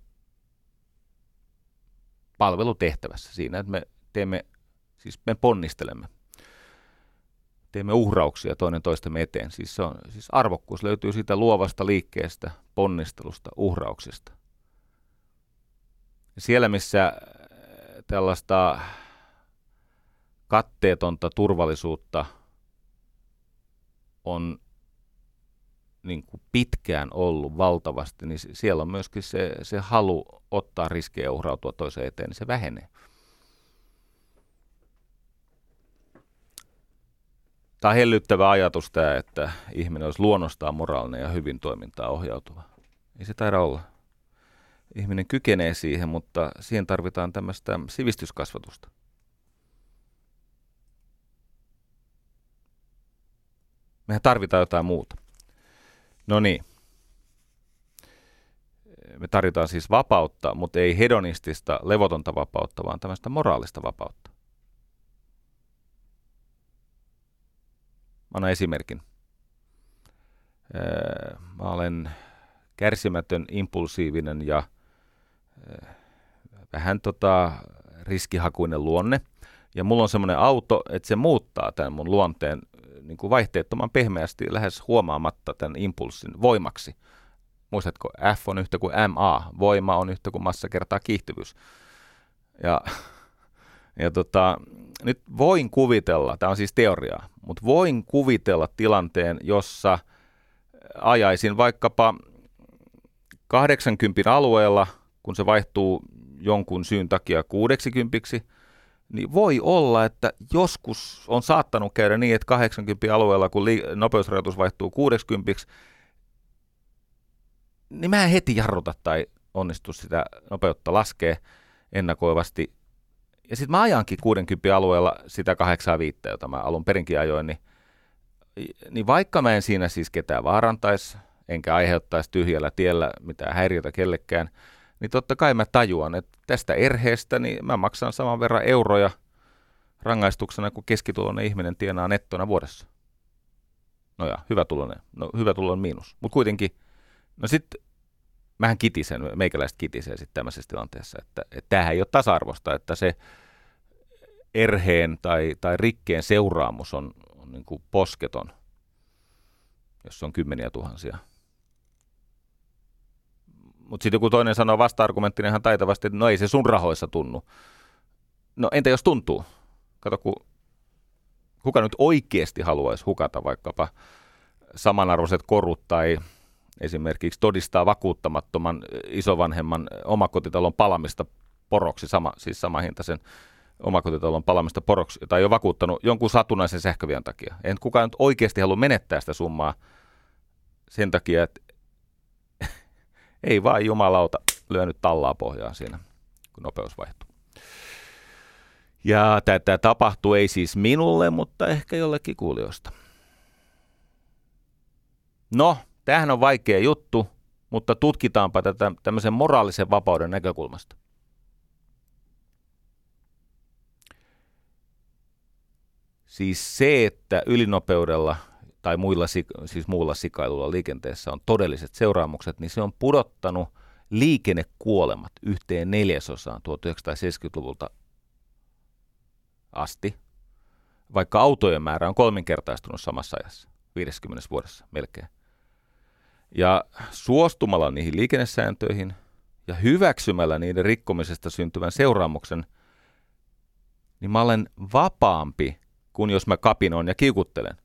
palvelutehtävässä siinä, että me teemme, siis me ponnistelemme teemme uhrauksia toinen toistemme eteen. Siis, se on, siis arvokkuus löytyy siitä luovasta liikkeestä, ponnistelusta, uhrauksesta. Siellä, missä tällaista katteetonta turvallisuutta on niin kuin pitkään ollut valtavasti, niin siellä on myöskin se, se halu ottaa riskejä ja uhrautua toiseen eteen, niin se vähenee. Tämä on hellyttävä ajatus tämä, että ihminen olisi luonnostaan moraalinen ja hyvin toimintaa ohjautuva. Ei se taida olla. Ihminen kykenee siihen, mutta siihen tarvitaan tämmöistä sivistyskasvatusta. Mehän tarvitaan jotain muuta. No niin. Me tarvitaan siis vapautta, mutta ei hedonistista, levotonta vapautta, vaan tämmöistä moraalista vapautta. Mä annan esimerkin. Mä olen kärsimätön, impulsiivinen ja vähän tota riskihakuinen luonne. Ja mulla on semmoinen auto, että se muuttaa tämän mun luonteen niin kuin vaihteettoman pehmeästi lähes huomaamatta tämän impulssin voimaksi. Muistatko, F on yhtä kuin M A, voima on yhtä kuin massa kertaa kiihtyvyys. Ja, ja tota, nyt voin kuvitella, tämä on siis teoriaa, mutta voin kuvitella tilanteen, jossa ajaisin vaikkapa kahdeksankymmentä alueella, kun se vaihtuu jonkun syyn takia kuudeksikympiksi, niin voi olla, että joskus on saattanut käydä niin, että kahdeksankymmentä alueella, kun li- nopeusrajoitus vaihtuu kuudeksikympiksi, niin mä en heti jarruta tai onnistu sitä nopeutta laskea ennakoivasti. Ja sitten mä ajankin kuusikymmentä alueella sitä kahdeksankymmentäviisi, jota mä alun perinkin ajoin, niin, niin vaikka mä en siinä siis ketään vaarantaisi, enkä aiheuttaisi tyhjällä tiellä mitään häiriötä kellekään, niin totta kai mä tajuan, että tästä erheestä niin mä maksan saman verran euroja rangaistuksena, kun keskituloinen ihminen tienaa nettona vuodessa. No ja, hyvä tulonen. No hyvä tulon miinus. Mutta kuitenkin, no sitten mähän kitisen, meikäläiset kitisee sitten tämmöisessä tilanteessa, että, että tämähän ei ole tasa-arvosta, että se erheen tai, tai rikkeen seuraamus on, on niin kuin posketon, jos on kymmeniä tuhansia. Mutta sitten joku toinen sanoo vasta-argumenttina ihan taitavasti, että no ei se sun rahoissa tunnu. No entä jos tuntuu? Kato, kun kuka nyt oikeasti haluaisi hukata vaikkapa samanarvoiset korut tai esimerkiksi todistaa vakuuttamattoman isovanhemman omakotitalon palamista poroksi, sama, siis samahintaisen omakotitalon palamista poroksi, tai on vakuuttanut jonkun satunnaisen sähkövian takia. En kukaan nyt oikeasti halua menettää sitä summaa sen takia, että ei vaan jumalauta lyönyt tallaa pohjaan siinä, kun nopeus vaihtuu. Ja tätä tapahtuu ei siis minulle, mutta ehkä jollekin kuulijoista. No, tämähän on vaikea juttu, mutta tutkitaanpa tätä tämmöisen moraalisen vapauden näkökulmasta. Siis se, että ylinopeudella tai muilla, siis muulla sikailulla liikenteessä on todelliset seuraamukset, niin se on pudottanut liikennekuolemat yhteen neljäsosaan tuhatyhdeksänsataaseitsemänkymmentäluvulta asti, vaikka autojen määrä on kolminkertaistunut samassa ajassa, viidessäkymmenessä vuodessa melkein. Ja suostumalla niihin liikennesääntöihin ja hyväksymällä niiden rikkomisesta syntyvän seuraamuksen, niin mä olen vapaampi kuin jos mä kapinoin ja kiukuttelen.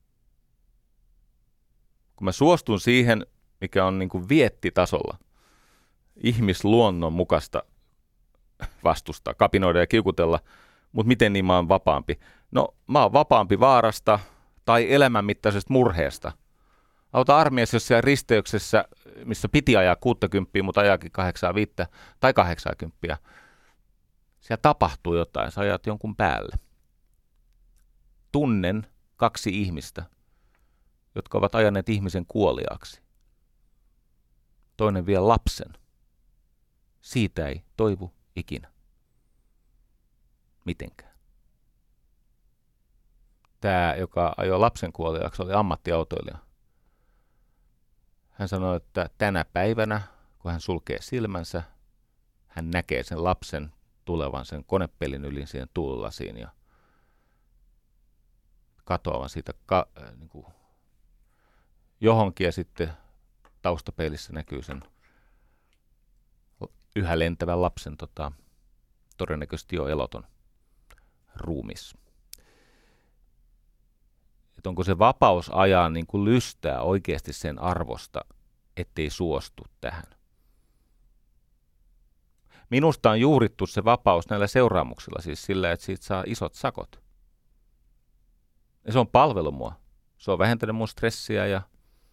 Kun mä suostun siihen, mikä on niin kuin viettitasolla, ihmisluonnon mukaista vastustaa, kapinoida ja kiukutella, mutta miten niin mä oon vapaampi? No mä oon vapaampi vaarasta tai elämänmittaisesta murheesta. Auta armias, jos siellä risteyksessä, missä piti ajaa kuusikymmentä, mutta ajaakin kahdeksankymmentäviisi tai kahdeksankymmentä, siellä tapahtuu jotain, sä ajat jonkun päälle. Tunnen kaksi ihmistä, jotka ovat ajaneet ihmisen kuoliaaksi. Toinen vie lapsen. Siitä ei toivu ikinä. Mitenkään. Tämä, joka ajoi lapsen kuoliaaksi, oli ammattiautoilija. Hän sanoi, että tänä päivänä, kun hän sulkee silmänsä, hän näkee sen lapsen tulevan sen konepelin yli siihen tuulilasiin ja katoavan siitä ka, äh, niin kuin johonkin ja sitten taustapeilissä näkyy sen yhä lentävän lapsen tota, todennäköisesti jo eloton ruumis. Et onko se vapaus ajaa niin kuin lystää oikeasti sen arvosta, ettei suostu tähän? Minusta on juurittu se vapaus näillä seuraamuksilla, siis sillä, että siitä saa isot sakot. Ja se on palvelu mua. Se on vähentänyt mun stressiä ja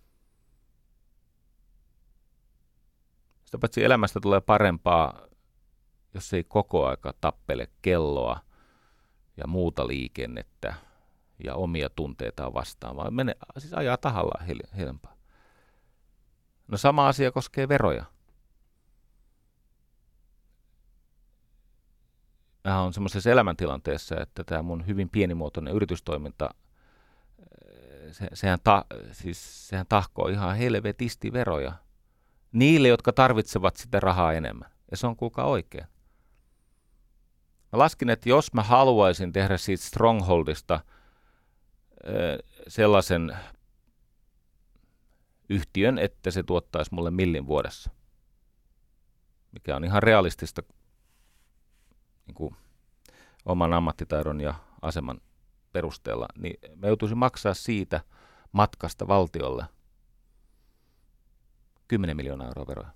sitä paitsi elämästä tulee parempaa, jos ei koko aika tappele kelloa ja muuta liikennettä ja omia tunteitaan vastaan, vaan mene, siis ajaa tahallaan helpaa. No sama asia koskee veroja. Mä oon semmoisessa elämäntilanteessa, että tämä mun hyvin pienimuotoinen yritystoiminta, se, sehän, ta, siis, sehän tahkoo ihan helvetisti veroja niille, jotka tarvitsevat sitä rahaa enemmän. Ja se on kuulkaa oikein. Mä laskin, että jos mä haluaisin tehdä siitä Strongholdista sellaisen yhtiön, että se tuottaisi mulle millin vuodessa, mikä on ihan realistista niin kuin oman ammattitaidon ja aseman perusteella, niin mä joutuisin maksaa siitä matkasta valtiolle kymmenen miljoonaa euroa veroja.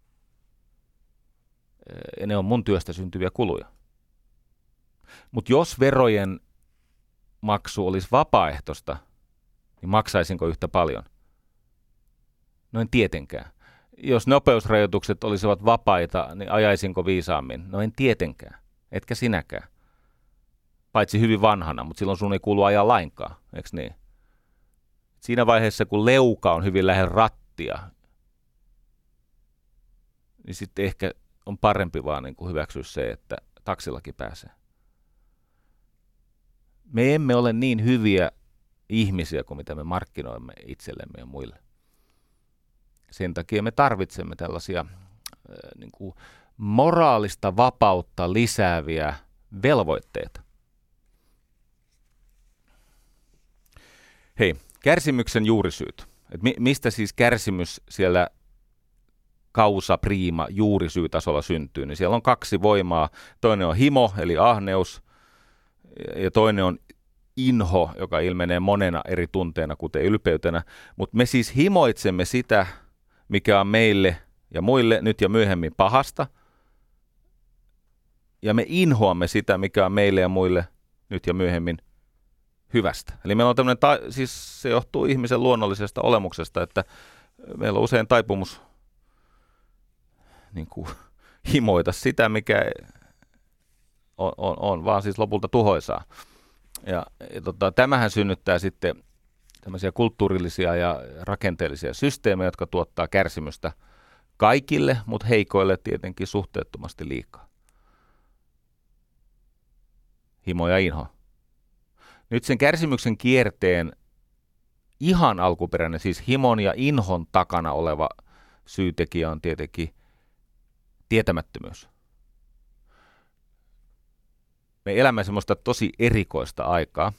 Ja ne on mun työstä syntyviä kuluja. Mutta jos verojen maksu olisi vapaaehtoista, niin maksaisinko yhtä paljon? No en tietenkään. Jos nopeusrajoitukset olisivat vapaita, niin ajaisinko viisaammin? No en tietenkään. Etkä sinäkään. Paitsi hyvin vanhana, mutta silloin sun ei kuulu ajaa lainkaan, eikö niin? Siinä vaiheessa, kun leuka on hyvin lähellä rattia, niin sitten ehkä on parempi vaan niin kuin hyväksyä se, että taksillakin pääsee. Me emme ole niin hyviä ihmisiä kuin mitä me markkinoimme itsellemme ja muille. Sen takia me tarvitsemme tällaisia äh, niin kuin moraalista vapautta lisääviä velvoitteita. Hei, kärsimyksen juurisyyt. Et mi- mistä siis kärsimys siellä causa prima juurisyytasolla syntyy? Niin siellä on kaksi voimaa. Toinen on himo, eli ahneus, ja toinen on inho, joka ilmenee monena eri tunteena, kuten ylpeytenä. Mutta me siis himoitsemme sitä, mikä on meille ja muille nyt ja myöhemmin pahasta, ja me inhoamme sitä, mikä on meille ja muille nyt ja myöhemmin hyvästä. Eli meillä on tämmöinen, ta- siis se johtuu ihmisen luonnollisesta olemuksesta, että meillä on usein taipumus niin kuin, himoita sitä, mikä on, on, on vaan siis lopulta tuhoisaa. Ja, ja tota, tämähän synnyttää sitten tämmöisiä kulttuurillisia ja rakenteellisia systeemejä, jotka tuottaa kärsimystä kaikille, mutta heikoille tietenkin suhteettomasti liikaa. Himo ja inho. Nyt sen kärsimyksen kierteen ihan alkuperäinen, siis himon ja inhon takana oleva syytekijä on tietenkin tietämättömyys. Me elämme semmoista tosi erikoista aikaa.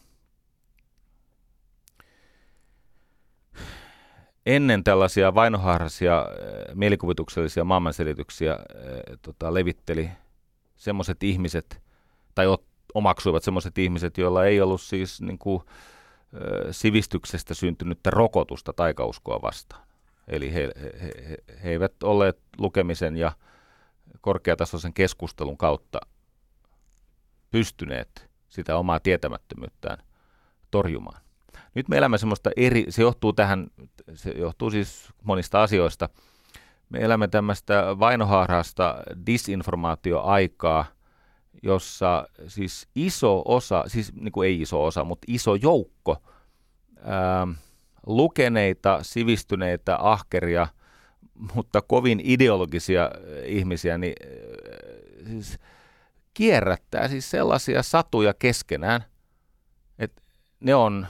Ennen tällaisia vainoharhaisia mielikuvituksellisia maailmanselityksiä tota, levitteli semmoiset ihmiset, tai omaksuivat semmoiset ihmiset, joilla ei ollut siis niin kuin, sivistyksestä syntynyttä rokotusta taikauskoa vastaan. Eli he, he, he, he eivät olleet lukemisen ja korkeatasoisen keskustelun kautta pystyneet sitä omaa tietämättömyyttään torjumaan. Nyt me elämme semmoista eri, se johtuu tähän, se johtuu siis monista asioista. Me elämme tämmöistä vainoharhasta disinformaatioaikaa, jossa siis iso osa, siis niin kuin ei iso osa, mutta iso joukko ää, lukeneita, sivistyneitä, ahkeria, mutta kovin ideologisia ihmisiä, niin ää, siis kierrättää siis sellaisia satuja keskenään, että ne on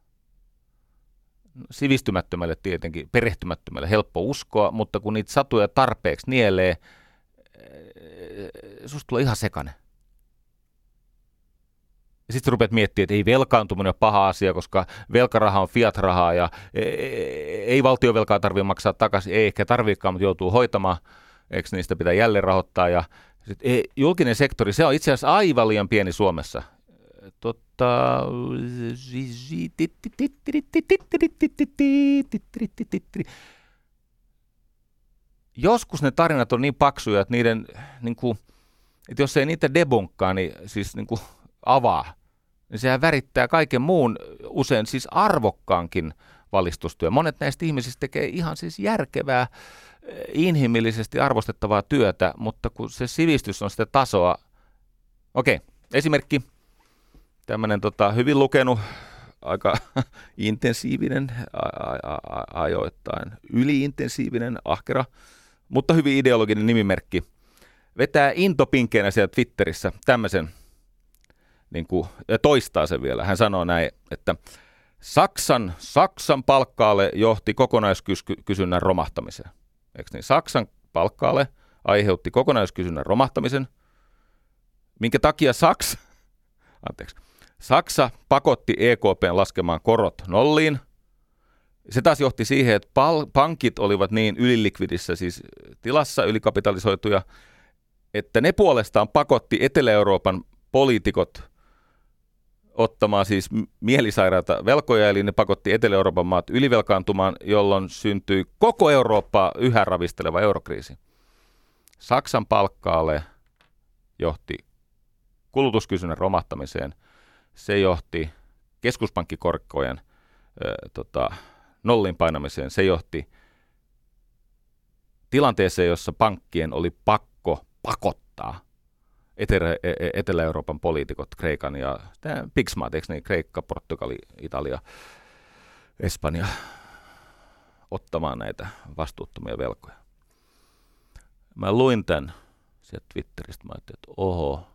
sivistymättömälle tietenkin, perehtymättömälle helppo uskoa, mutta kun niitä satuja tarpeeksi nielee, susta tulee ihan sekainen. Ja sitten rupeat miettimään, että ei velkaantuminen ole paha asia, koska velkaraha on fiat-rahaa ja ei valtiovelkaa tarvitse maksaa takaisin, ei ehkä tarvitsekaan, mutta joutuu hoitamaan, eikö niistä pitää jälleen rahoittaa. Ja sit, ei, julkinen sektori, se on itse asiassa aivan liian pieni Suomessa. Totta, joskus ne tarinat on niin paksuja, että niiden, niin kuin, että jos ei niitä debunkkaa, niin siis niin kuin avaa, niin sehän värittää kaiken muun usein siis arvokkaankin valistustyö. Monet näistä ihmisistä tekee ihan siis järkevää, inhimillisesti arvostettavaa työtä, mutta kun se sivistys on sitä tasoa. Okei, esimerkki. Tämmöinen tota, hyvin lukenut, aika intensiivinen, a- a- a- ajoittain yliintensiivinen, ahkera, mutta hyvin ideologinen nimimerkki. Vetää intopinkkeinä siellä Twitterissä tämmöisen, niin kuin, ja toistaa sen vielä. Hän sanoo näin, että Saksan, Saksan palkkaalle johti kokonaiskysynnän romahtamiseen. Eikö niin? Saksan palkkaalle aiheutti kokonaiskysynnän romahtamisen, minkä takia Saksa, anteeksi, Saksa pakotti E K P:n laskemaan korot nolliin. Se taas johti siihen, että pal- pankit olivat niin ylilikvidissä siis tilassa, ylikapitalisoituja, että ne puolestaan pakotti Etelä-Euroopan poliitikot ottamaan siis mielisairaita velkoja, eli ne pakotti Etelä-Euroopan maat ylivelkaantumaan, jolloin syntyi koko Eurooppaa yhä ravisteleva eurokriisi. Saksan palkkaalle johti kulutuskysynnän romahtamiseen. Se johti keskuspankkikorkojen ö, tota, nollin painamiseen. Se johti tilanteeseen, jossa pankkien oli pakko pakottaa Etelä- Etelä-Euroopan poliitikot, Kreikan ja Pigsmaat, eikö niin, Kreikka, Portugali, Italia, Espanja, ottamaan näitä vastuuttomia velkoja. Mä luin tämän sieltä Twitteristä, mä ajattelin, että oho,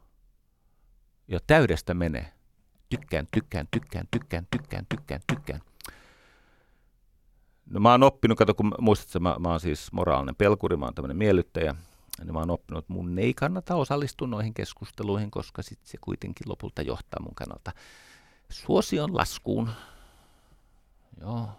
ja täydestä menee. Tykkään, tykkään, tykkään, tykkään, tykkään, tykkään, tykkään. No mä oon oppinut, kato kun muistatko, mä, mä oon siis moraalinen pelkuri, mä oon tämmöinen miellyttäjä. Niin mä oon oppinut, että mun ei kannata osallistua noihin keskusteluihin, koska sit se kuitenkin lopulta johtaa mun kannalta suosion laskuun. Joo.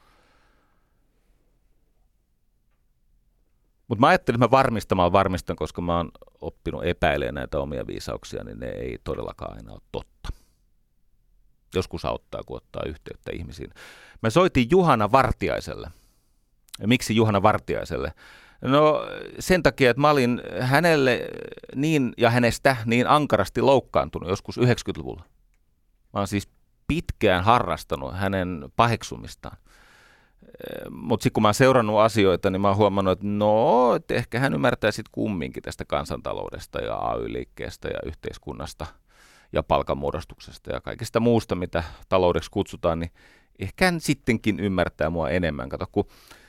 Mutta mä ajattelin, että mä varmistamaan varmistan, koska mä oon oppinut epäilemään näitä omia viisauksia, niin ne ei todellakaan aina ole totta. Joskus auttaa, kun ottaa yhteyttä ihmisiin. Mä soitin Juhana Vartiaiselle. Ja miksi Juhana Vartiaiselle? No sen takia, että mä olin hänelle niin ja hänestä niin ankarasti loukkaantunut joskus yhdeksänkymmentäluvulla. Mä oon siis pitkään harrastanut hänen paheksumistaan. Mutta sitten kun mä oon seurannut asioita, niin mä oon huomannut, että no, että ehkä hän ymmärtää sitten kumminkin tästä kansantaloudesta ja A Y-liikkeestä ja yhteiskunnasta ja palkanmuodostuksesta ja kaikesta muusta, mitä taloudeksi kutsutaan, niin ehkä hän sittenkin ymmärtää mua enemmän. Kato, kun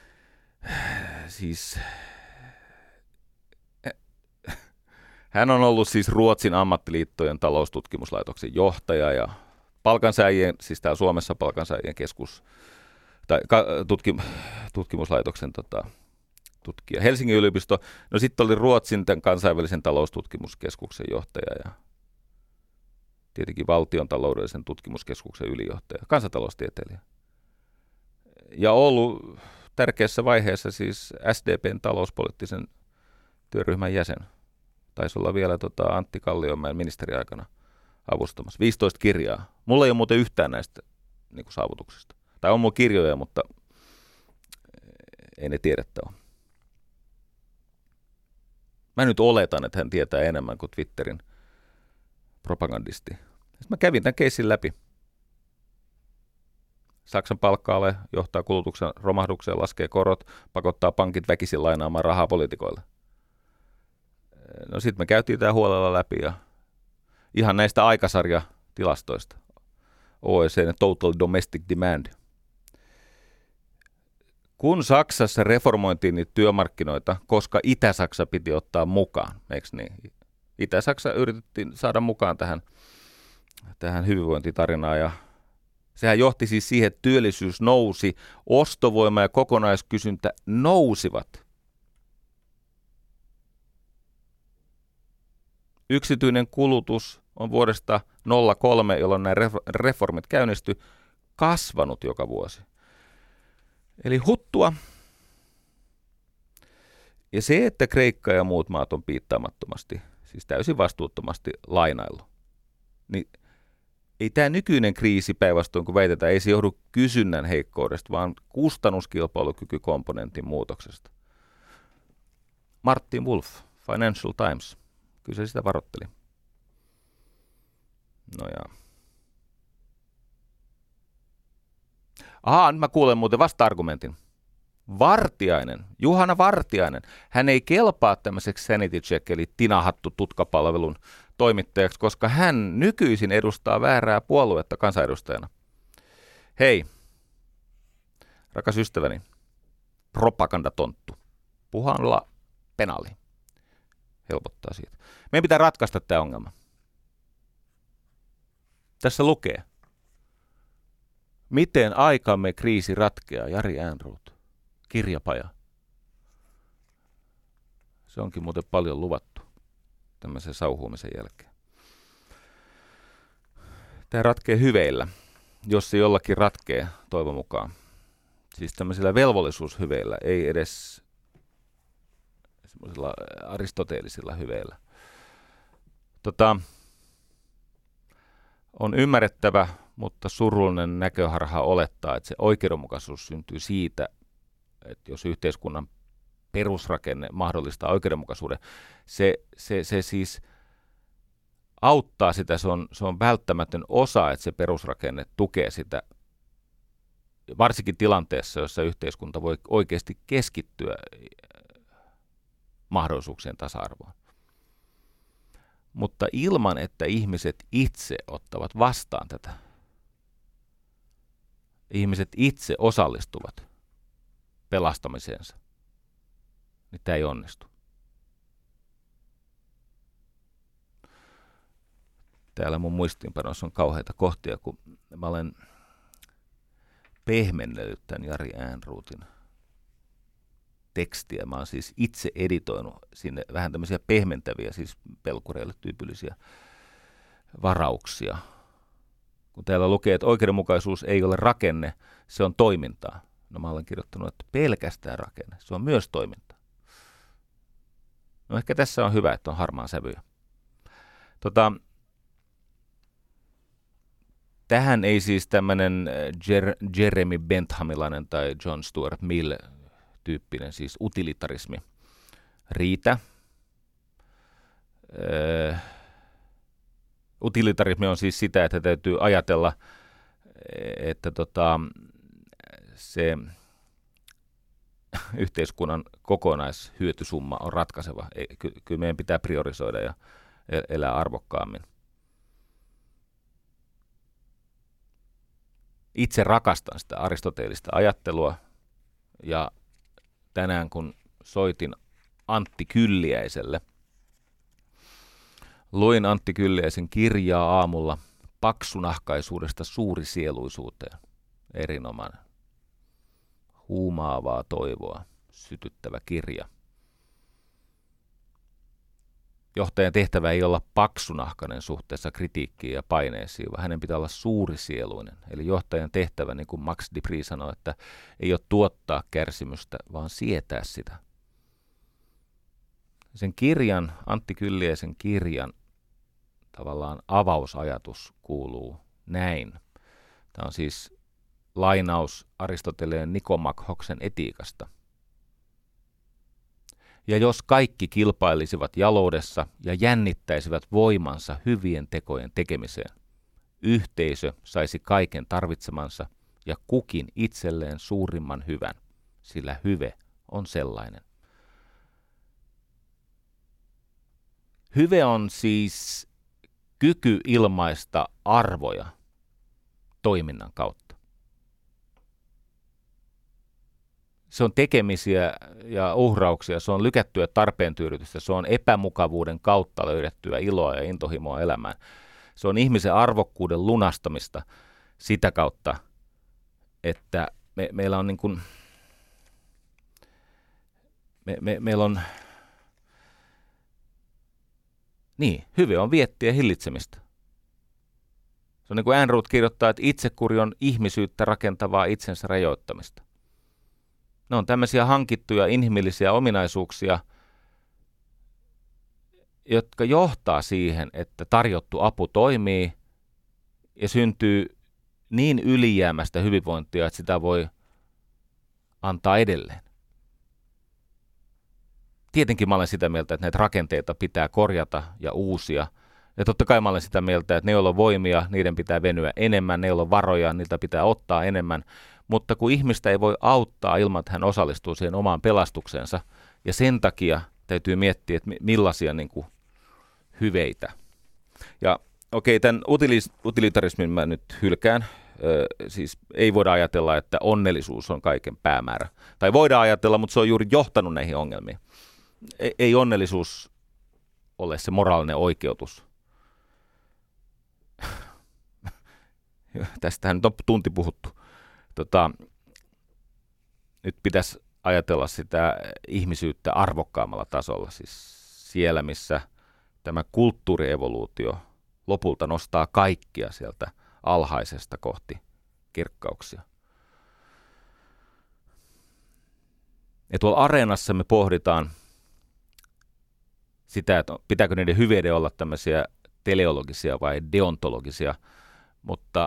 siis hän on ollut siis Ruotsin ammattiliittojen taloustutkimuslaitoksen johtaja ja palkansaajien, siis täällä Suomessa palkansaajien keskus, tai tutki, tutkimuslaitoksen tota, tutkija. Helsingin yliopisto, no sitten oli Ruotsin tämän kansainvälisen taloustutkimuskeskuksen johtaja ja tietenkin valtion taloudellisen tutkimuskeskuksen ylijohtaja, kansantaloustieteilijä. Ja ollut tärkeässä vaiheessa siis S D P:n talouspoliittisen työryhmän jäsen. Taisi olla vielä tota Antti Kalliomäen ministeriaikana avustamassa. viisitoista kirjaa. Mulla ei ole muuten yhtään näistä niin kuin saavutuksista. Tai on mulla kirjoja, mutta ei ne tiedettä ole. Mä nyt oletan, että hän tietää enemmän kuin Twitterin propagandisti. Sitten mä kävin tämän keissin läpi. Saksan palkka-ale johtaa kulutuksen romahdukseen, laskee korot, pakottaa pankit väkisin lainaamaan rahaa poliitikoille. No sitten me käytiin tämä huolella läpi ja ihan näistä aikasarjatilastoista. O E C D Total Domestic Demand. Kun Saksassa reformointiin niitä työmarkkinoita, koska Itä-Saksa piti ottaa mukaan, eikö niin? Itä-Saksa yritettiin saada mukaan tähän, tähän hyvinvointitarinaan ja sehän johti siis siihen, että työllisyys nousi, ostovoima ja kokonaiskysyntä nousivat. Yksityinen kulutus on vuodesta nolla kolme, jolloin nämä reformit käynnistyi, kasvanut joka vuosi. Eli huttua. Ja se, että Kreikka ja muut maat on piittaamattomasti, siis täysin vastuuttomasti lainaillut, niin ei tämä nykyinen kriisi päinvastoin, kun väitetään, ei se johdu kysynnän heikkoudesta, vaan kustannuskilpailukykykomponentin muutoksesta. Martin Wolf, Financial Times, kyllä se sitä varoitteli. No ja. Ahaa, nyt mä kuulen muuten vasta-argumentin. Vartiainen, Juhana Vartiainen, hän ei kelpaa tämmöiseksi sanity check, eli tinahattu tutkapalvelun toimittajaksi, koska hän nykyisin edustaa väärää puoluetta kansanedustajana. Hei, rakas ystäväni, propagandatonttu, puhalla penali, helpottaa siitä. Meidän pitää ratkaista tämä ongelma. Tässä lukee, miten aikamme kriisi ratkeaa, Jari Ehrnrooth, kirjapaja. Se onkin muuten paljon luvattu tämmöisen sauhuumisen jälkeen. Tämä ratkee hyveillä, jos se jollakin ratkee, toivon mukaan. Siis tämmöisillä velvollisuushyveillä, ei edes semmoisilla aristoteellisilla hyveillä. Tota, on ymmärrettävä, mutta surullinen näköharha olettaa, että se oikeudenmukaisuus syntyy siitä, että jos yhteiskunnan perusrakenne mahdollistaa oikeudenmukaisuuden, se, se, se siis auttaa sitä, se on, se on välttämätön osa, että se perusrakenne tukee sitä, varsinkin tilanteessa, jossa yhteiskunta voi oikeasti keskittyä mahdollisuuksien tasa-arvoon. Mutta ilman, että ihmiset itse ottavat vastaan tätä, ihmiset itse osallistuvat pelastamiseensa, niin tämä ei onnistu. Täällä mun muistiinpanossa on kauheita kohtia, kun mä olen pehmennellyt tämän Jari Ehrnroothin tekstiä. Mä oon siis itse editoinut sinne vähän tämmöisiä pehmentäviä, siis pelkureille tyypillisiä varauksia. Kun täällä lukee, että oikeudenmukaisuus ei ole rakenne, se on toimintaa. No mä olen kirjoittanut, että pelkästään rakenne, se on myös toimintaa. No ehkä tässä on hyvä, että on harmaan sävyjä. Tota, tähän ei siis tämmöinen Jer- Jeremy Benthamilainen tai John Stuart Mill tyyppinen siis utilitarismi riitä. Öö, utilitarismi on siis sitä, että täytyy ajatella, että tota, se yhteiskunnan kokonaishyötysumma on ratkaiseva. Ky- kyllä meidän pitää priorisoida ja elää arvokkaammin. Itse rakastan sitä aristoteellista ajattelua ja tänään kun soitin Antti Kylliäiselle, luin Antti Kylliäisen kirjaa aamulla Paksunahkaisuudesta suurisieluisuuteen. Erinomainen, huumaavaa toivoa sytyttävä kirja. Johtajan tehtävä ei olla paksunahkainen suhteessa kritiikkiin ja paineisiin, vaan hänen pitää olla suurisieluinen. Eli johtajan tehtävä, niin kuin Max de Prix sanoi, että ei ole tuottaa kärsimystä, vaan sietää sitä. Sen kirjan, Antti Kylliäisen kirjan, tavallaan avausajatus kuuluu näin. Tämä on siis lainaus Aristoteleen Nikomakhoksen etiikasta. Ja jos kaikki kilpailisivat jaloudessa ja jännittäisivät voimansa hyvien tekojen tekemiseen, yhteisö saisi kaiken tarvitsemansa ja kukin itselleen suurimman hyvän, sillä hyve on sellainen. Hyve on siis kyky ilmaista arvoja toiminnan kautta. Se on tekemisiä ja uhrauksia, se on lykättyä tarpeentyydytystä, se on epämukavuuden kautta löydettyä iloa ja intohimoa elämään. Se on ihmisen arvokkuuden lunastamista sitä kautta, että me, meillä on niin kuin, me, me, meillä on, niin, hyve on viettiä hillitsemistä. Se on niin kuin Ehrnrooth kirjoittaa, että itsekuri on ihmisyyttä rakentavaa itsensä rajoittamista. Ne on tämmöisiä hankittuja inhimillisiä ominaisuuksia, jotka johtaa siihen, että tarjottu apu toimii ja syntyy niin ylijäämästä hyvinvointia, että sitä voi antaa edelleen. Tietenkin mä olen sitä mieltä, että näitä rakenteita pitää korjata ja uusia. Ja totta kai mä olen sitä mieltä, että ne, joilla on voimia, niiden pitää venyä enemmän, ne, joilla on varoja, niiltä pitää ottaa enemmän. Mutta kun ihmistä ei voi auttaa ilman, että hän osallistuu siihen omaan pelastukseensa, ja sen takia täytyy miettiä, että millaisia niin kuin, hyveitä. Ja okei, tämän utilis- utilitarismin mä nyt hylkään. Ö, siis ei voida ajatella, että onnellisuus on kaiken päämäärä. Tai voidaan ajatella, mutta se on juuri johtanut näihin ongelmiin. Ei, ei onnellisuus ole se moraalinen oikeutus. Tästähän nyt on tunti puhuttu. Tota, nyt pitäisi ajatella sitä ihmisyyttä arvokkaammalla tasolla. Siis siellä, missä tämä kulttuurievoluutio lopulta nostaa kaikkia sieltä alhaisesta kohti kirkkauksia. Ja tuolla areenassa me pohditaan sitä, että pitääkö niiden hyveiden olla tämmöisiä teleologisia vai deontologisia, mutta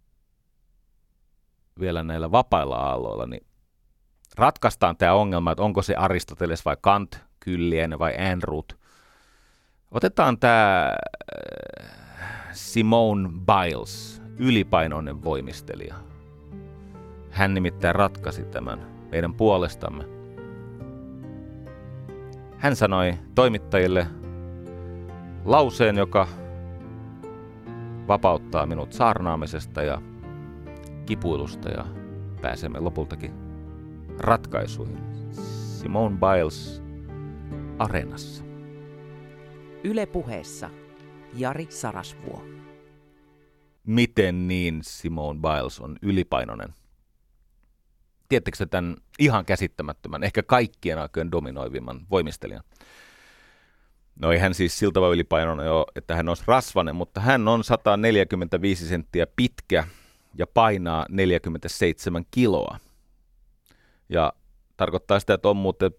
vielä näillä vapailla aalloilla niin ratkaistaan tämä ongelma, että onko se Aristoteles vai Kant, Kyllien vai Ehrnrooth. Otetaan tämä Simone Biles, ylipainoinen voimistelija. Hän nimittäin ratkaisi tämän meidän puolestamme. Hän sanoi toimittajille lauseen, joka vapauttaa minut saarnaamisesta ja kipuilusta ja pääsemme lopultakin ratkaisuihin. Simone Biles Areenassa. Yle Puheessa Jari Sarasvuo. Miten niin Simone Biles on ylipainoinen? Tiedättekö tämän ihan käsittämättömän, ehkä kaikkien aikojen dominoivimman voimistelijan? No ei hän siis siltä vaan ylipainoinen ole, että hän olisi rasvainen, mutta hän on sata neljäkymmentäviisi senttiä pitkä ja painaa neljäkymmentäseitsemän kiloa. Ja tarkoittaa sitä, että on muuten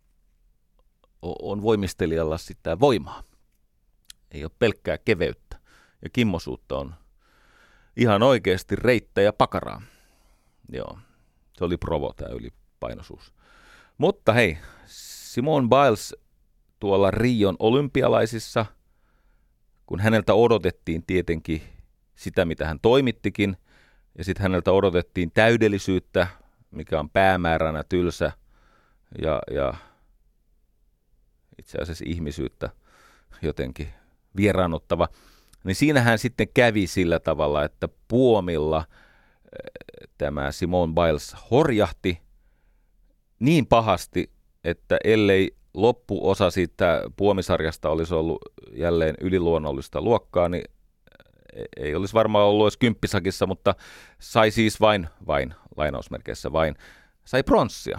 on voimistelijalla sitä voimaa. Ei ole pelkkää keveyttä ja kimmosuutta, on ihan oikeasti reittä ja pakaraa. Joo, se oli provo tämä ylipainoisuus. Mutta hei, Simone Biles tuolla Rion olympialaisissa, kun häneltä odotettiin tietenkin sitä, mitä hän toimittikin, ja sitten häneltä odotettiin täydellisyyttä, mikä on päämääränä tylsä ja, ja itse asiassa ihmisyyttä jotenkin vieraannuttava, niin siinähän sitten kävi sillä tavalla, että puomilla tämä Simone Biles horjahti niin pahasti, että ellei loppuosa siitä puomisarjasta olisi ollut jälleen yliluonnollista luokkaa, niin ei olisi varmaan ollut edes kymppisakissa, mutta sai siis vain, vain, lainausmerkeissä vain, sai pronssia.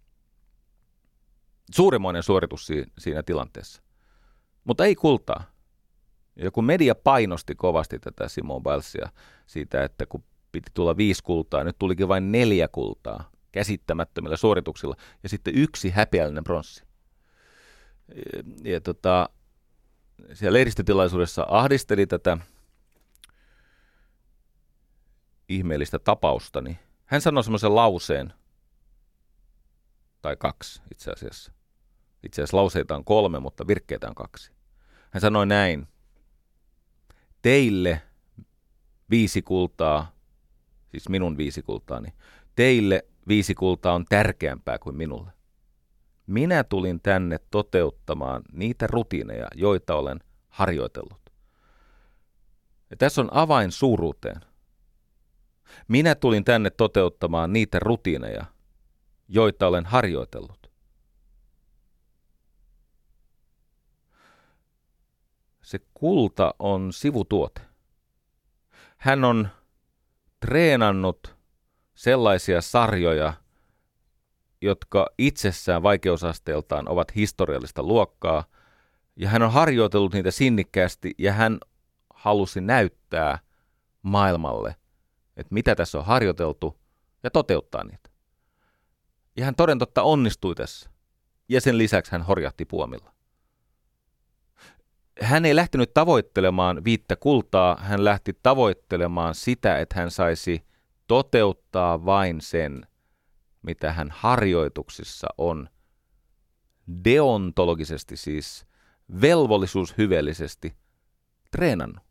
Suurimoinen suoritus siinä tilanteessa, mutta ei kultaa. Ja kun media painosti kovasti tätä Simone Bilesia siitä, että kun piti tulla viisi kultaa, nyt tulikin vain neljä kultaa käsittämättömillä suorituksilla ja sitten yksi häpeällinen pronssi. Ja, ja tota, siellä lehdistötilaisuudessa ahdisteli tätä ihmeellistä tapausta, niin hän sanoi semmoisen lauseen, tai kaksi itse asiassa. Itse asiassa lauseita on kolme, mutta virkkeitä on kaksi. Hän sanoi näin: teille viisi kultaa, siis minun viisi kultaani, teille viisi kultaa on tärkeämpää kuin minulle. Minä tulin tänne toteuttamaan niitä rutiineja, joita olen harjoitellut. Ja tässä on avain suuruuteen. Minä tulin tänne toteuttamaan niitä rutiineja, joita olen harjoitellut. Se kulta on sivutuote. Hän on treenannut sellaisia sarjoja, jotka itsessään vaikeusasteeltaan ovat historiallista luokkaa, ja hän on harjoitellut niitä sinnikkäästi, ja hän halusi näyttää maailmalle, että mitä tässä on harjoiteltu, ja toteuttaa niitä. Ja hän toden totta onnistui tässä. Ja sen lisäksi hän horjahti puomilla. Hän ei lähtenyt tavoittelemaan viittä kultaa, hän lähti tavoittelemaan sitä, että hän saisi toteuttaa vain sen, mitä hän harjoituksissa on deontologisesti, siis velvollisuushyveellisesti treenannut.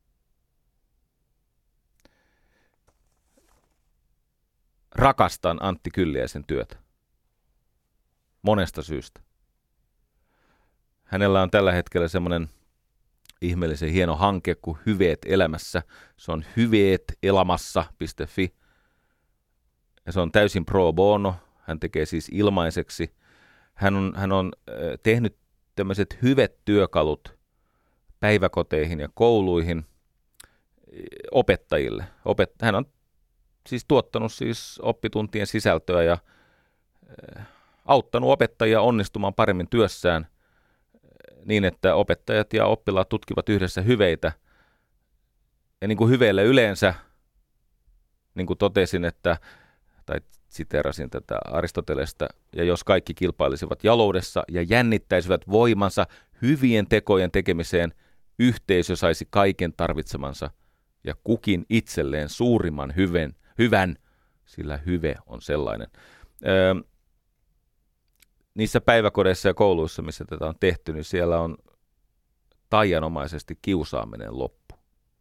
Rakastan Antti Kylliäisen työtä. Monesta syystä. Hänellä on tällä hetkellä semmoinen ihmeellisen hieno hanke kuin Hyveet elämässä. Se on hyveet elämässä piste fi. Ja se on täysin pro bono. Hän tekee siis ilmaiseksi. Hän on, hän on tehnyt tämmöiset hyvetyökalut päiväkoteihin ja kouluihin opettajille. Opet- hän on siis tuottanut siis oppituntien sisältöä ja auttanut opettajia onnistumaan paremmin työssään niin, että opettajat ja oppilaat tutkivat yhdessä hyveitä. Ja niin kuin hyveille yleensä, niin kuin totesin, että, tai siteerasin tätä Aristotelesta, ja jos kaikki kilpailisivat jaloudessa ja jännittäisivät voimansa hyvien tekojen tekemiseen, yhteisö saisi kaiken tarvitsemansa ja kukin itselleen suurimman hyven, hyvän, sillä hyve on sellainen. Öö, niissä päiväkodeissa ja kouluissa, missä tätä on tehty, niin siellä on taianomaisesti kiusaaminen loppu.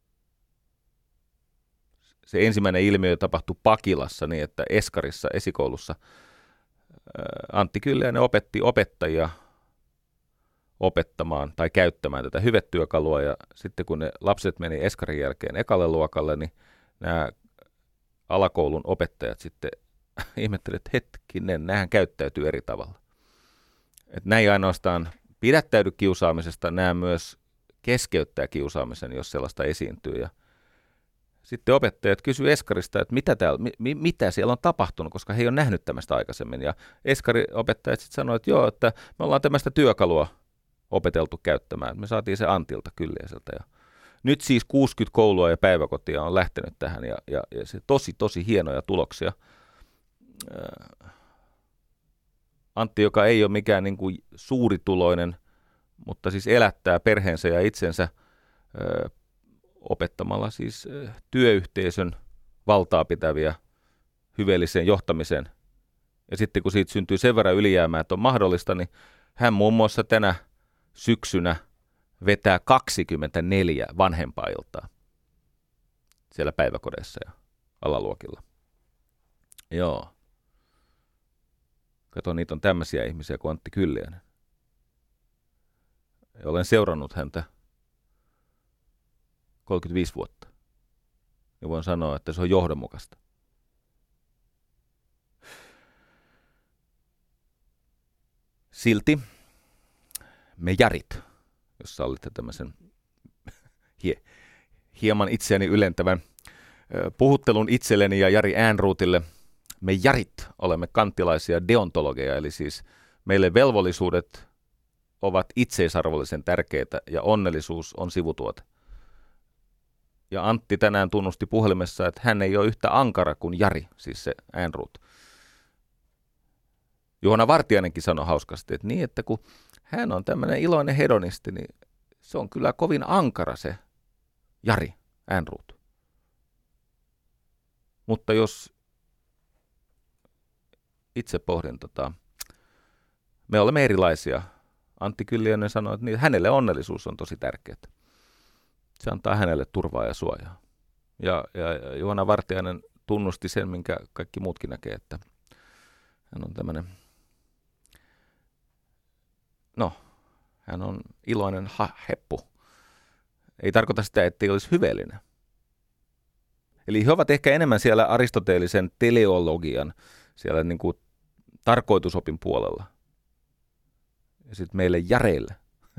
Se ensimmäinen ilmiö tapahtui Pakilassa niin, että Eskarissa esikoulussa Antti Kylliäinen opetti opettajia opettamaan tai käyttämään tätä hyvetyökalua, ja sitten kun ne lapset meni Eskarin jälkeen ekalle luokalle, niin nämä alakoulun opettajat sitten ihmettelivät, että hetkinen, nämähän käyttäytyy eri tavalla. Että näin ainoastaan pidättäydy kiusaamisesta, nämä myös keskeyttää kiusaamisen, jos sellaista esiintyy. Ja sitten opettajat kysyivät Eskarista, että mitä, täällä, mi, mitä siellä on tapahtunut, koska he ei ole nähnyt tämmöistä aikaisemmin. Ja Eskari-opettajat sitten sanoivat, että joo, että me ollaan tämmöistä työkalua opeteltu käyttämään. Me saatiin se Antilta Kylliäiseltä. Ja nyt siis kuusikymmentä koulua ja päiväkotia on lähtenyt tähän, ja, ja, ja se tosi, tosi hienoja tuloksia. Antti, joka ei ole mikään niin kuin suurituloinen, mutta siis elättää perheensä ja itsensä ö, opettamalla siis ö, työyhteisön valtaa pitäviä hyveelliseen johtamiseen. Ja sitten kun siitä syntyy sen verran ylijäämää, että on mahdollista, niin hän muun muassa tänä syksynä vetää kaksikymmentäneljä vanhempailtaa siellä päiväkodeissa ja alaluokilla. Joo. Kato, niitä on tämmöisiä ihmisiä kuin Antti Kylliäinen. Ja olen seurannut häntä kolmekymmentäviisi vuotta. Ja voin sanoa, että se on johdonmukaista. Silti me Jarit, jos sallitte tämmöisen hie, hieman itseäni ylentävän puhuttelun itselleni ja Jari Ehrnrootille, me Jarit olemme kanttilaisia deontologeja, eli siis meille velvollisuudet ovat itseisarvollisen tärkeitä ja onnellisuus on sivutuote. Ja Antti tänään tunnusti puhelimessa, että hän ei ole yhtä ankara kuin Jari, siis se Ehrnroot. Juhana Vartiainenkin sanoi hauskasti, että niin, että kun hän on tämmöinen iloinen hedonisti, niin se on kyllä kovin ankara se Jari Ehrnroot. Mutta jos itse pohdin, tota, me olemme erilaisia. Antti Kylliäinen sanoi, että niin, hänelle onnellisuus on tosi tärkeää. Se antaa hänelle turvaa ja suojaa. Ja, ja Juhana Vartiainen tunnusti sen, minkä kaikki muutkin näkee, että hän on tämmöinen, no, hän on iloinen ha- heppu. Ei tarkoita sitä, ettei olisi hyveellinen. Eli he ovat ehkä enemmän siellä aristoteellisen teleologian, siellä niin kuin tarkoitusopin puolella. Ja sitten meille Jareille,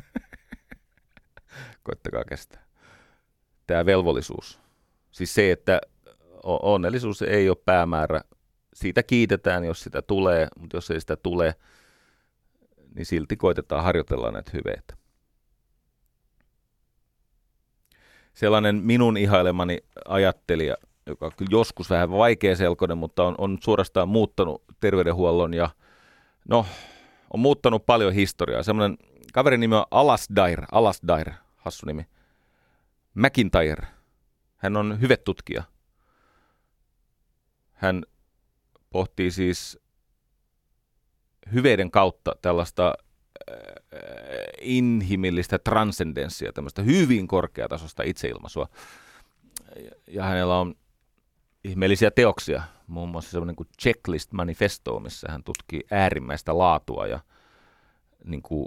koittakaa kestää, tämä velvollisuus. Siis se, että onnellisuus ei ole päämäärä. Siitä kiitetään, jos sitä tulee, mutta jos ei sitä tule, niin silti koitetaan harjoitella näitä hyveitä. sellainen minun ihailemani ajattelija, joka on kyllä joskus vähän vaikeaselkoinen, mutta on, on suorastaan muuttanut terveydenhuollon ja no, on muuttanut paljon historiaa. Semmoinen kaverin nimi on Alasdair, Alasdair, hassu nimi, McIntyre. Hän on hyvetutkija. Hän pohtii siis hyveiden kautta tällaista äh, inhimillistä transcendenssia, tämmöistä hyvin korkeatasoista itseilmaisua. Ja hänellä on ihmeellisiä teoksia, muun muassa semmoinen kuin Checklist Manifesto, missä hän tutkii äärimmäistä laatua ja niin kuin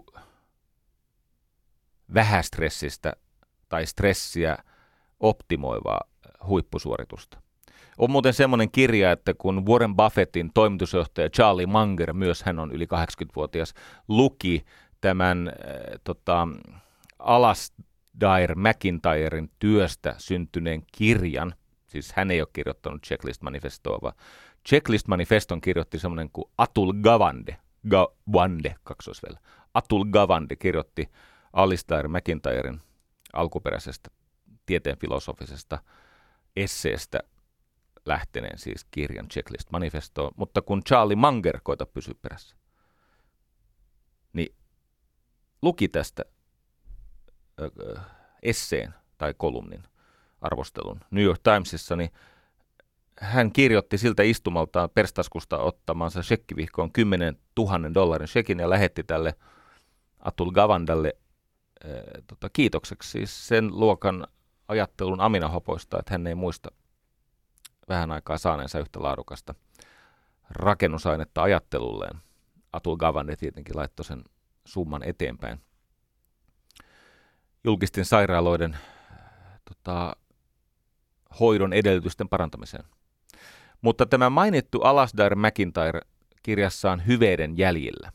vähästressistä tai stressiä optimoivaa huippusuoritusta. On muuten semmoinen kirja, että kun Warren Buffettin toimitusjohtaja Charlie Munger, myös hän on yli kahdeksankymmentävuotias, luki tämän äh, tota, Alasdair McIntyren työstä syntyneen kirjan, siis hän ei ole kirjoittanut Checklist Manifestoa, vaan Checklist Manifeston kirjoitti semmoinen kuin Atul Gawande, Gawande, kaksoisvellä. Atul Gawande kirjoitti Alasdair McIntyren alkuperäisestä tieteen filosofisesta esseestä lähteneen siis kirjan Checklist Manifesto, mutta kun Charlie Munger, koita pysyä perässä, niin luki tästä ö, esseen tai kolumnin arvostelun New York Timesissa, niin hän kirjoitti siltä istumaltaan perstaskusta ottamansa shekkivihkoon kymmenen tuhannen dollarin shekin ja lähetti tälle Atul Gawandalle äh, tota, kiitokseksi siis sen luokan ajattelun aminahopoista, että hän ei muista vähän aikaa saaneensa yhtä laadukasta rakennusainetta ajattelulleen. Atul Gawande tietenkin laittoi sen summan eteenpäin julkisten sairaaloiden tota, hoidon edellytysten parantamiseen. Mutta tämä mainittu Alasdair McIntyre kirjassaan Hyveiden jäljillä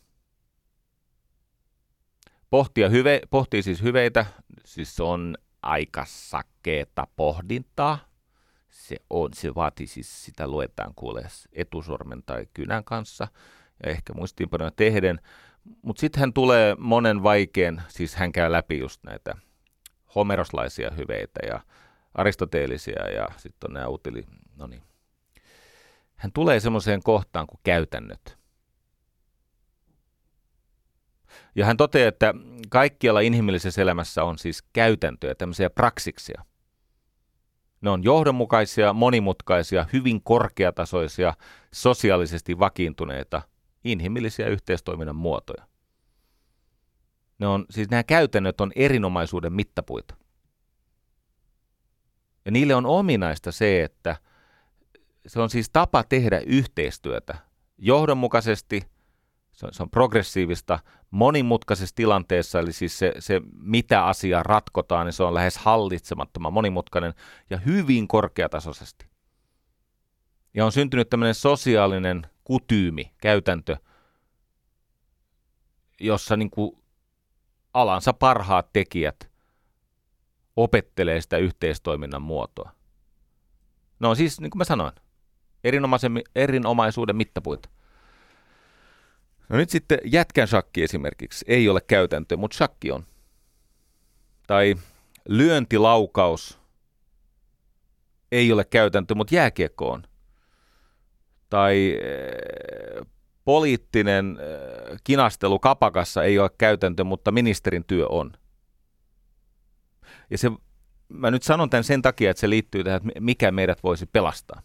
pohtia hyve, pohtii siis hyveitä, siis se on aika sakeeta pohdintaa. Se, on, se vaatii siis, sitä luetaan kuule etusormen tai kynän kanssa ja ehkä muistiinpanoja tehden. Mutta sitten hän tulee monen vaikean, siis hän käy läpi just näitä homeroslaisia hyveitä ja aristoteelisia ja sitten on nämä utili, no niin. Hän tulee semmoiseen kohtaan kuin käytännöt. Ja hän toteaa, että kaikkialla inhimillisessä elämässä on siis käytäntöjä, tämmöisiä praksiksia. Ne on johdonmukaisia, monimutkaisia, hyvin korkeatasoisia, sosiaalisesti vakiintuneita, inhimillisiä yhteistoiminnan muotoja. Ne on, siis nämä käytännöt on erinomaisuuden mittapuita. Ja niille on ominaista se, että se on siis tapa tehdä yhteistyötä johdonmukaisesti, se on, se on progressiivista, monimutkaisessa tilanteessa, eli siis se, se mitä asiaa ratkotaan, niin se on lähes hallitsemattoman monimutkainen ja hyvin korkeatasoisesti. Ja on syntynyt tämmöinen sosiaalinen kutyymi, käytäntö, jossa niin kuin alansa parhaat tekijät opettelee sitä yhteistoiminnan muotoa. No siis, niin kuin mä sanoin, erinomaisuuden mittapuita. No nyt sitten jätkän shakki esimerkiksi ei ole käytäntö, mutta shakki on. Tai lyöntilaukaus ei ole käytäntö, mutta jääkiekko on. Tai äh, poliittinen äh, kinastelu kapakassa ei ole käytäntö, mutta ministerin työ on. Ja se, mä nyt sanon tämän sen takia, että se liittyy tähän, että mikä meidät voisi pelastaa.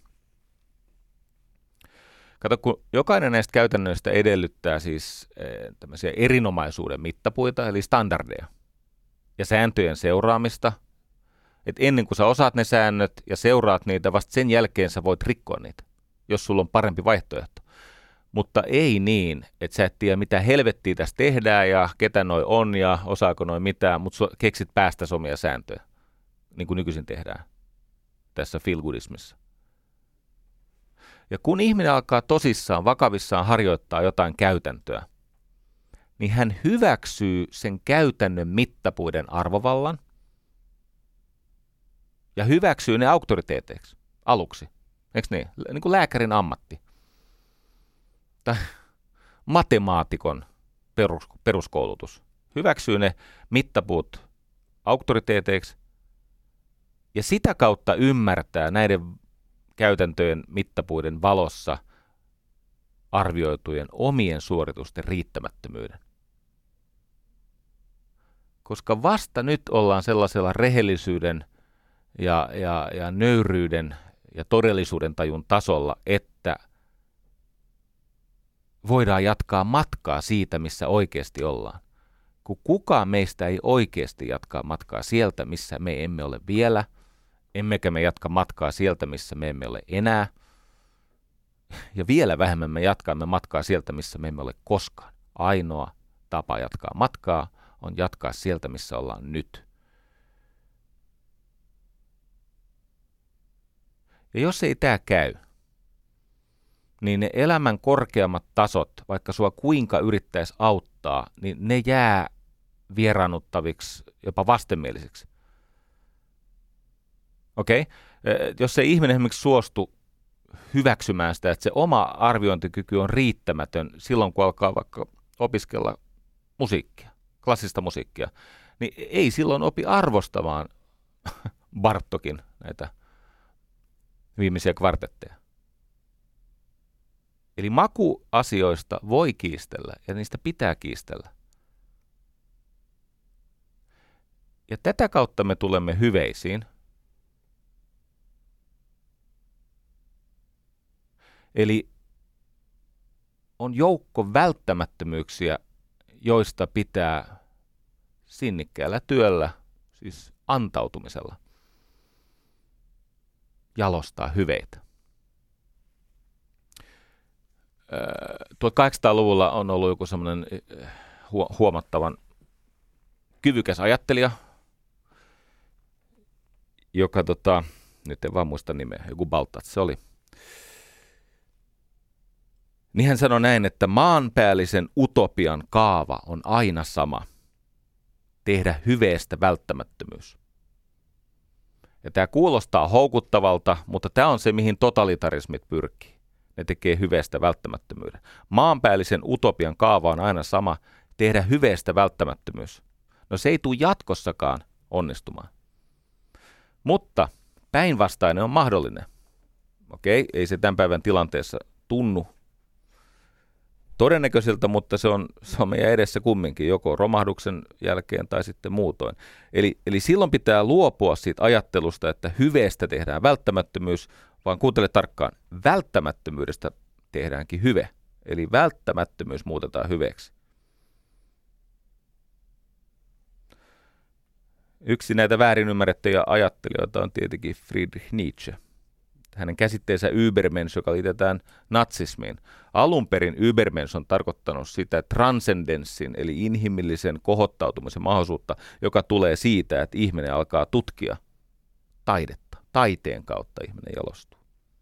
Kato, kun jokainen näistä käytännöistä edellyttää siis eh, tämmöisiä erinomaisuuden mittapuita, eli standardeja, ja sääntöjen seuraamista, että ennen kuin sä osaat ne säännöt ja seuraat niitä, vasta sen jälkeen sä voit rikkoa niitä, jos sulla on parempi vaihtoehto. Mutta ei niin, että sä et tiedä, mitä helvettiä tässä tehdään ja ketä noi on ja osaako noi mitään, mutta keksit päästä omia sääntöjä, niin kuin nykyisin tehdään tässä feel-goodismissa. Ja kun ihminen alkaa tosissaan, vakavissaan harjoittaa jotain käytäntöä, niin hän hyväksyy sen käytännön mittapuiden arvovallan ja hyväksyy ne auktoriteeteiksi aluksi. Eikö niin? Niin kuin lääkärin ammatti. Tai matemaatikon perus, peruskoulutus. Hyväksyy ne mittapuut auktoriteeteiksi Ja sitä kautta ymmärtää näiden käytäntöjen mittapuiden valossa arvioitujen omien suoritusten riittämättömyyden. Koska vasta nyt ollaan sellaisella rehellisyyden ja, ja, ja nöyryyden ja todellisuuden tajun tasolla, että voidaan jatkaa matkaa siitä, missä oikeasti ollaan. Kun kukaan meistä ei oikeasti jatkaa matkaa sieltä, missä me emme ole vielä, emmekä me jatka matkaa sieltä, missä me emme ole enää, ja vielä vähemmän me jatkamme matkaa sieltä, missä me emme ole koskaan. Ainoa tapa jatkaa matkaa on jatkaa sieltä, missä ollaan nyt. Ja jos ei tämä käy, niin ne elämän korkeammat tasot, vaikka sua kuinka yrittäisi auttaa, niin ne jää vieraannuttaviksi, jopa vastenmielisiksi. Okei? Okay? Jos se ihminen esimerkiksi suostu hyväksymään sitä, että se oma arviointikyky on riittämätön silloin, kun alkaa vaikka opiskella musiikkia, klassista musiikkia, niin ei silloin opi arvostamaan Bartokin näitä viimeisiä kvartetteja. Eli makuasioista voi kiistellä ja niistä pitää kiistellä. Ja tätä kautta me tulemme hyveisiin. Eli on joukko välttämättömyyksiä, joista pitää sinnikkäällä työllä, siis antautumisella, jalostaa hyveitä. tuhatkahdeksansataaluvulla on ollut joku semmoinen huomattavan kyvykäs ajattelija, joka, tota, nyt en vaan muista nimeä, joku Baltat se oli. Niin hän sanoi näin, että maanpäällisen utopian kaava on aina sama. Tehdä hyveestä välttämättömyys. Ja tämä kuulostaa houkuttavalta, mutta tämä on se, mihin totalitarismit pyrkii. Ne tekee hyveestä välttämättömyyden. Maanpäällisen utopian kaava on aina sama. Tehdä hyveestä välttämättömyys. No se ei tule jatkossakaan onnistumaan. Mutta päinvastainen on mahdollinen. Okei, ei se tämän päivän tilanteessa tunnu todennäköiseltä, mutta se on, se on meidän edessä kumminkin, joko romahduksen jälkeen tai sitten muutoin. Eli, eli silloin pitää luopua siitä ajattelusta, että hyveestä tehdään välttämättömyys, vaan kuuntele tarkkaan, välttämättömyydestä tehdäänkin hyve. Eli välttämättömyys muutetaan hyveeksi. Yksi näitä väärin ymmärrettyjä ajattelijoita on tietenkin Friedrich Nietzsche. Hänen käsitteensä Übermensch, joka liitetään natsismiin. Alun perin Übermensch on tarkoittanut sitä transcendenssin, eli inhimillisen kohottautumisen mahdollisuutta, joka tulee siitä, että ihminen alkaa tutkia taidetta. Taiteen kautta ihminen jalostuu.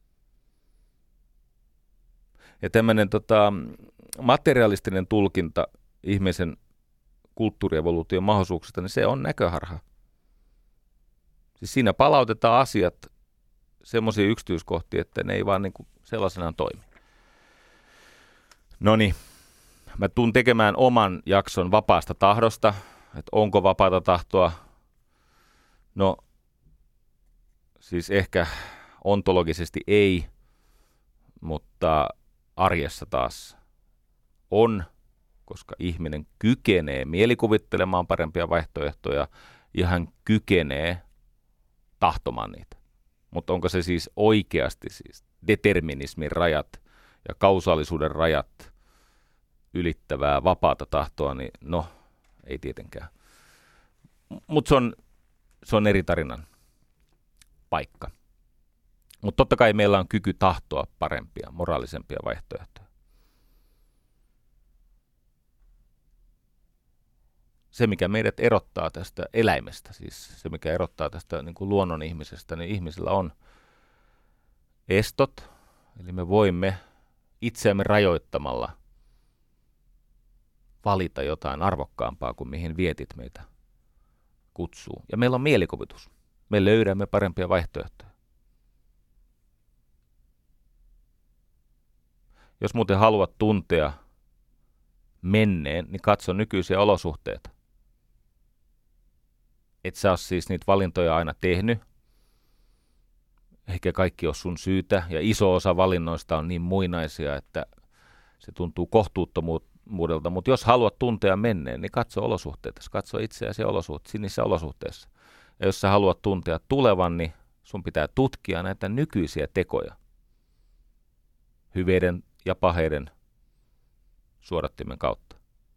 Ja tämmöinen tota, materialistinen tulkinta ihmisen kulttuurievoluution mahdollisuuksista, niin se on näköharha. Siis siinä palautetaan asiat semmoisia yksityiskohtia, että ne ei vaan niin kuin sellaisenaan toimi. Noniin, mä tuun tekemään oman jakson vapaasta tahdosta, että onko vapaata tahtoa. No, siis ehkä ontologisesti ei, mutta arjessa taas on, koska ihminen kykenee mielikuvittelemaan parempia vaihtoehtoja ja hän kykenee tahtomaan niitä. Mutta onko se siis oikeasti siis determinismin rajat ja kausaalisuuden rajat ylittävää vapaata tahtoa, niin no, ei tietenkään. Mutta se on, se on eri tarinan paikka. Mutta totta kai meillä on kyky tahtoa parempia, moraalisempia vaihtoehtoja. Se, mikä meidät erottaa tästä eläimestä, siis se, mikä erottaa tästä niin kuin luonnon ihmisestä, niin ihmisillä on estot, eli me voimme itseämme rajoittamalla valita jotain arvokkaampaa kuin mihin vietit meitä kutsuu. Ja meillä on mielikuvitus. Me löydämme parempia vaihtoehtoja. Jos muuten haluat tuntea menneen, niin katso nykyisiä olosuhteita. Et sä ole siis niitä valintoja aina tehnyt, eikä kaikki ole sun syytä, ja iso osa valinnoista on niin muinaisia, että se tuntuu kohtuuttomuudelta, mutta jos haluat tuntea menneen, niin katso olosuhteita, katso itseäsi olosuhteissa, niissä olosuhteissa. Ja jos sä haluat tuntea tulevan, niin sun pitää tutkia näitä nykyisiä tekoja, hyveiden ja paheiden suodattimen kautta.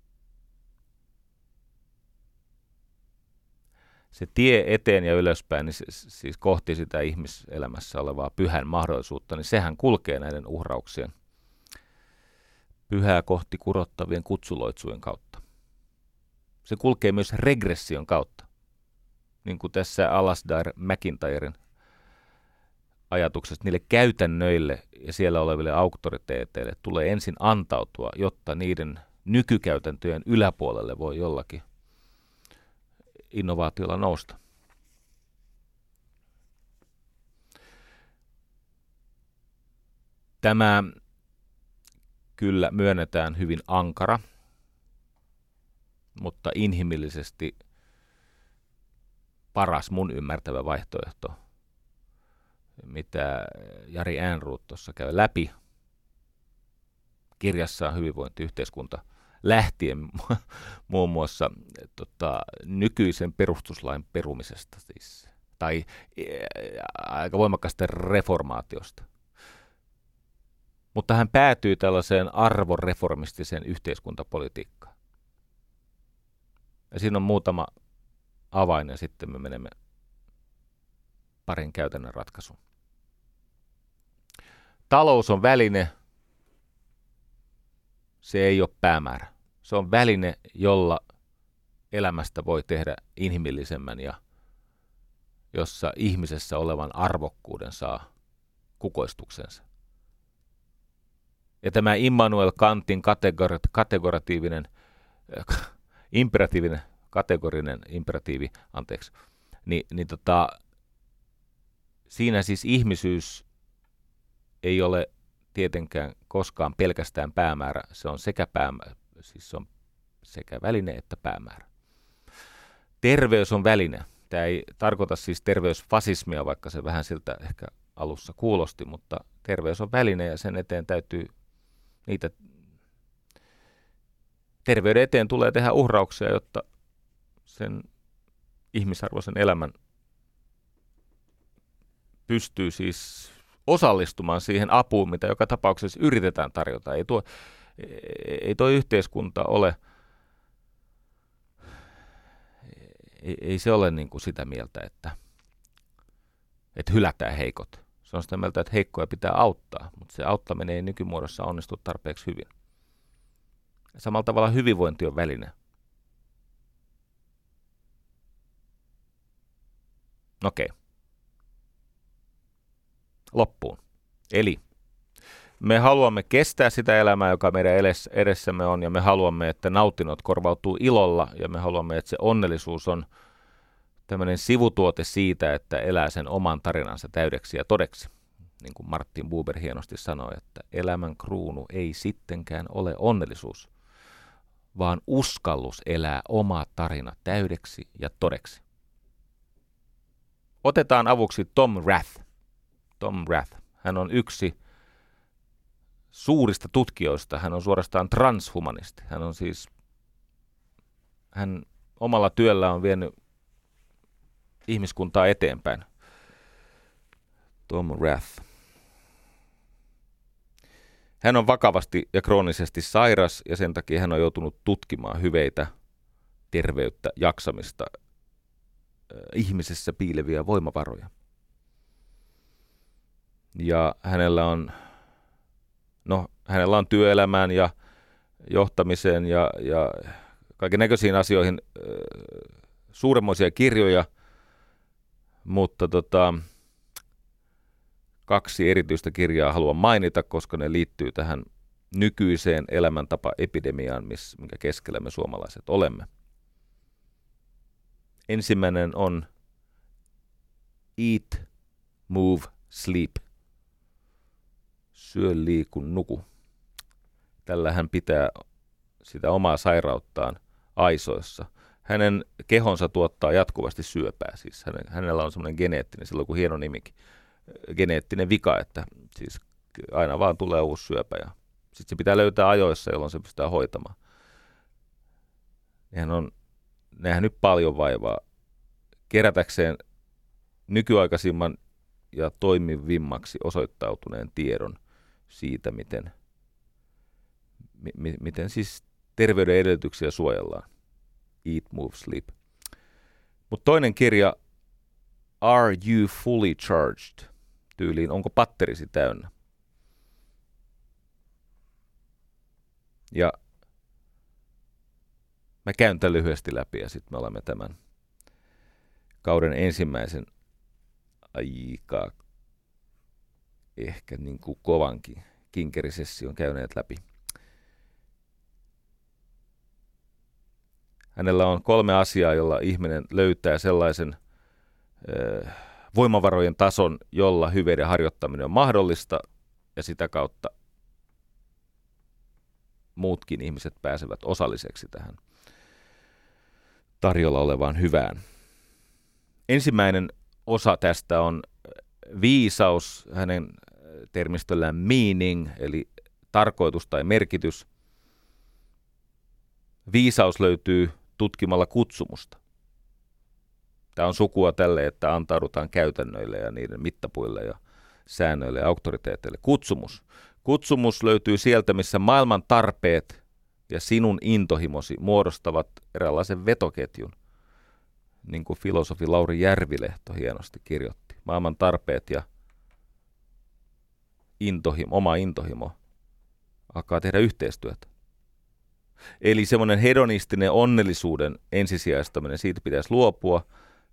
Se tie eteen ja ylöspäin, niin siis kohti sitä ihmiselämässä olevaa pyhän mahdollisuutta, niin sehän kulkee näiden uhrauksien pyhää kohti kurottavien kutsuloitsujen kautta. Se kulkee myös regression kautta, niin kuin tässä Alasdair MacIntyren ajatuksesta niille käytännöille ja siellä oleville auktoriteeteille tulee ensin antautua, jotta niiden nykykäytäntöjen yläpuolelle voi jollakin innovaatiolla nousta. Tämä kyllä myönnetään hyvin ankara, mutta inhimillisesti paras mun ymmärtävä vaihtoehto, mitä Jari Ehrnrooth tuossa käy läpi kirjassaan Hyvinvointiyhteiskunta, lähtien muun muassa tota, nykyisen perustuslain perumisesta siis, tai aika voimakkaasta reformaatiosta. Mutta hän päätyy tällaiseen arvoreformistiseen yhteiskuntapolitiikkaan. Ja siinä on muutama avain ja sitten me menemme parin käytännön ratkaisuun. Talous on väline, se ei ole päämäärä. Se on väline, jolla elämästä voi tehdä inhimillisemmän ja jossa ihmisessä olevan arvokkuuden saa kukoistuksensa. Ja tämä Immanuel Kantin kategori- kategoratiivinen, äh, imperatiivinen, kategorinen imperatiivi, anteeksi, niin, niin tota, siinä siis ihmisyys ei ole tietenkään koskaan pelkästään päämäärä, se on sekä päämäärä, siis se on sekä väline että päämäärä. Terveys on väline. Tämä ei tarkoita siis terveysfasismia, vaikka se vähän siltä ehkä alussa kuulosti, mutta terveys on väline ja sen eteen täytyy niitä, terveyden eteen tulee tehdä uhrauksia, jotta sen ihmisarvoisen elämän pystyy siis osallistumaan siihen apuun, mitä joka tapauksessa yritetään tarjota. Ei tuo, ei tuo yhteiskunta ole, ei, ei se ole niin kuin sitä mieltä, että, että hylätään heikot. Se on sitä mieltä, että heikkoja pitää auttaa, mutta se auttaminen ei nykymuodossa onnistu tarpeeksi hyvin. Samalla tavalla hyvinvointi on väline. Okei. Loppuun. Eli me haluamme kestää sitä elämää, joka meidän edessämme on, ja me haluamme, että nautinnot korvautuu ilolla, ja me haluamme, että se onnellisuus on tämmöinen sivutuote siitä, että elää sen oman tarinansa täydeksi ja todeksi. Niin kuin Martin Buber hienosti sanoi, että elämän kruunu ei sittenkään ole onnellisuus, vaan uskallus elää oma tarina täydeksi ja todeksi. Otetaan avuksi Tom Rath. Tom Rath. Hän on yksi suurista tutkijoista. Hän on suorastaan transhumanisti. Hän on siis, hän omalla työllä on vienyt ihmiskuntaa eteenpäin. Tom Rath. Hän on vakavasti ja kroonisesti sairas ja sen takia hän on joutunut tutkimaan hyveitä, terveyttä, jaksamista, ihmisessä piileviä voimavaroja. Ja hänellä on, no, hänellä on työelämään ja johtamiseen ja, ja kaiken näköisiin asioihin äh, suuremmoisia kirjoja, mutta tota, kaksi erityistä kirjaa haluan mainita, koska ne liittyy tähän nykyiseen elämäntapa-epidemiaan, miss, minkä keskellä me suomalaiset olemme. Ensimmäinen on Eat, Move, Sleep. Syö, liiku, nuku. Tällä hän pitää sitä omaa sairauttaan aisoissa. Hänen kehonsa tuottaa jatkuvasti syöpää. Siis hänellä on semmoinen geneettinen, sillä on kuin hieno nimikin, geneettinen vika, että siis aina vaan tulee uusi syöpä ja sitten se pitää löytää ajoissa, jolloin se pystytään hoitamaan. Nehän on, nehän nyt paljon vaivaa kerätäkseen nykyaikaisimman ja toimivimmaksi osoittautuneen tiedon siitä, miten, mi, miten siis terveyden edellytyksiä suojellaan. Eat, Move, Sleep. Mutta toinen kirja, Are You Fully Charged? Tyyliin, onko patterisi täynnä? Ja mä käyn tämän lyhyesti läpi ja sitten me olemme tämän kauden ensimmäisen aika ehkä niin kuin kovankin kinkerisession käyneet läpi. Hänellä on kolme asiaa, jolla ihminen löytää sellaisen ö, voimavarojen tason, jolla hyveiden harjoittaminen on mahdollista ja sitä kautta muutkin ihmiset pääsevät osalliseksi tähän tarjolla olevaan hyvään. Ensimmäinen osa tästä on viisaus, hänen termistöllään meaning, eli tarkoitus tai merkitys. Viisaus löytyy tutkimalla kutsumusta. Tämä on sukua tälle, että antaudutaan käytännöille ja niiden mittapuille ja säännöille ja auktoriteeteille. Kutsumus. Kutsumus löytyy sieltä, missä maailman tarpeet ja sinun intohimosi muodostavat eräänlaisen vetoketjun, niin kuin filosofi Lauri Järvilehto hienosti kirjoitti. Maailman tarpeet ja intohimo, oma intohimo alkaa tehdä yhteistyötä. Eli semmoinen hedonistinen onnellisuuden ensisijaistaminen, siitä pitäisi luopua.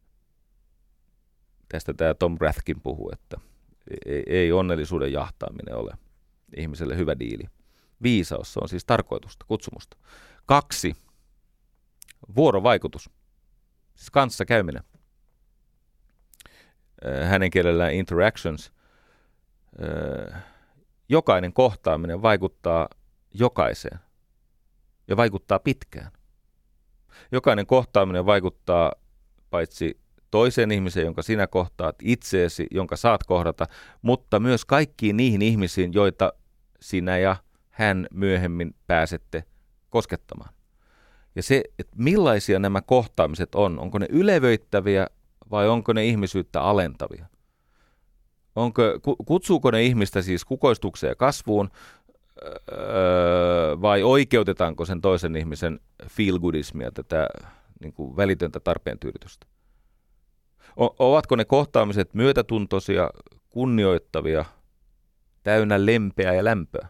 Tästä tämä Tom Rathkin puhuu, että ei, ei onnellisuuden jahtaaminen ole ihmiselle hyvä diili. Viisaus, se on siis tarkoitusta, kutsumusta. Kaksi, vuorovaikutus, siis kanssakäyminen. Hänen kielellään interactions. Jokainen kohtaaminen vaikuttaa jokaiseen ja vaikuttaa pitkään. Jokainen kohtaaminen vaikuttaa paitsi toiseen ihmiseen, jonka sinä kohtaat, itseesi, jonka saat kohdata, mutta myös kaikkiin niihin ihmisiin, joita sinä ja hän myöhemmin pääsette koskettamaan. Ja se, että millaisia nämä kohtaamiset on, onko ne ylevöittäviä vai onko ne ihmisyyttä alentavia? Onko, kutsuuko ne ihmistä siis kukoistukseen ja kasvuun, öö, vai oikeutetaanko sen toisen ihmisen feel-goodismia, tätä niin kuin välitöntä tarpeen tyydytystä? O- ovatko ne kohtaamiset myötätuntoisia, kunnioittavia, täynnä lempeää ja lämpöä?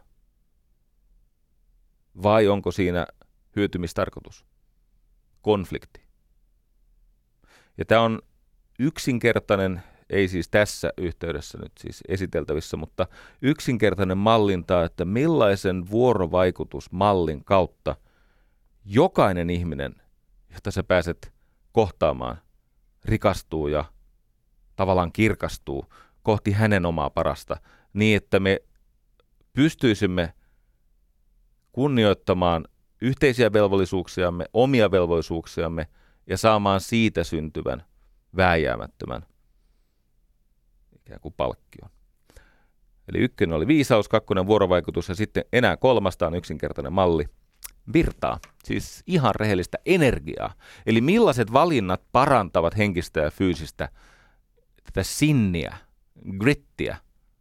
Vai onko siinä hyötymistarkoitus? Konflikti. Ja tämä on yksinkertainen, ei siis tässä yhteydessä nyt siis esiteltävissä, mutta yksinkertainen mallinta, että millaisen vuorovaikutusmallin kautta jokainen ihminen, jota sä pääset kohtaamaan, rikastuu ja tavallaan kirkastuu kohti hänen omaa parasta, niin että me pystyisimme kunnioittamaan yhteisiä velvollisuuksiamme, omia velvollisuuksiamme ja saamaan siitä syntyvän vääjäämättömän ikään kuin palkkion. Eli ykkönen oli viisaus, kakkonen vuorovaikutus ja sitten enää kolmasta on yksinkertainen malli. Virtaa, siis ihan rehellistä energiaa. Eli millaiset valinnat parantavat henkistä ja fyysistä tätä sinniä, grittiä.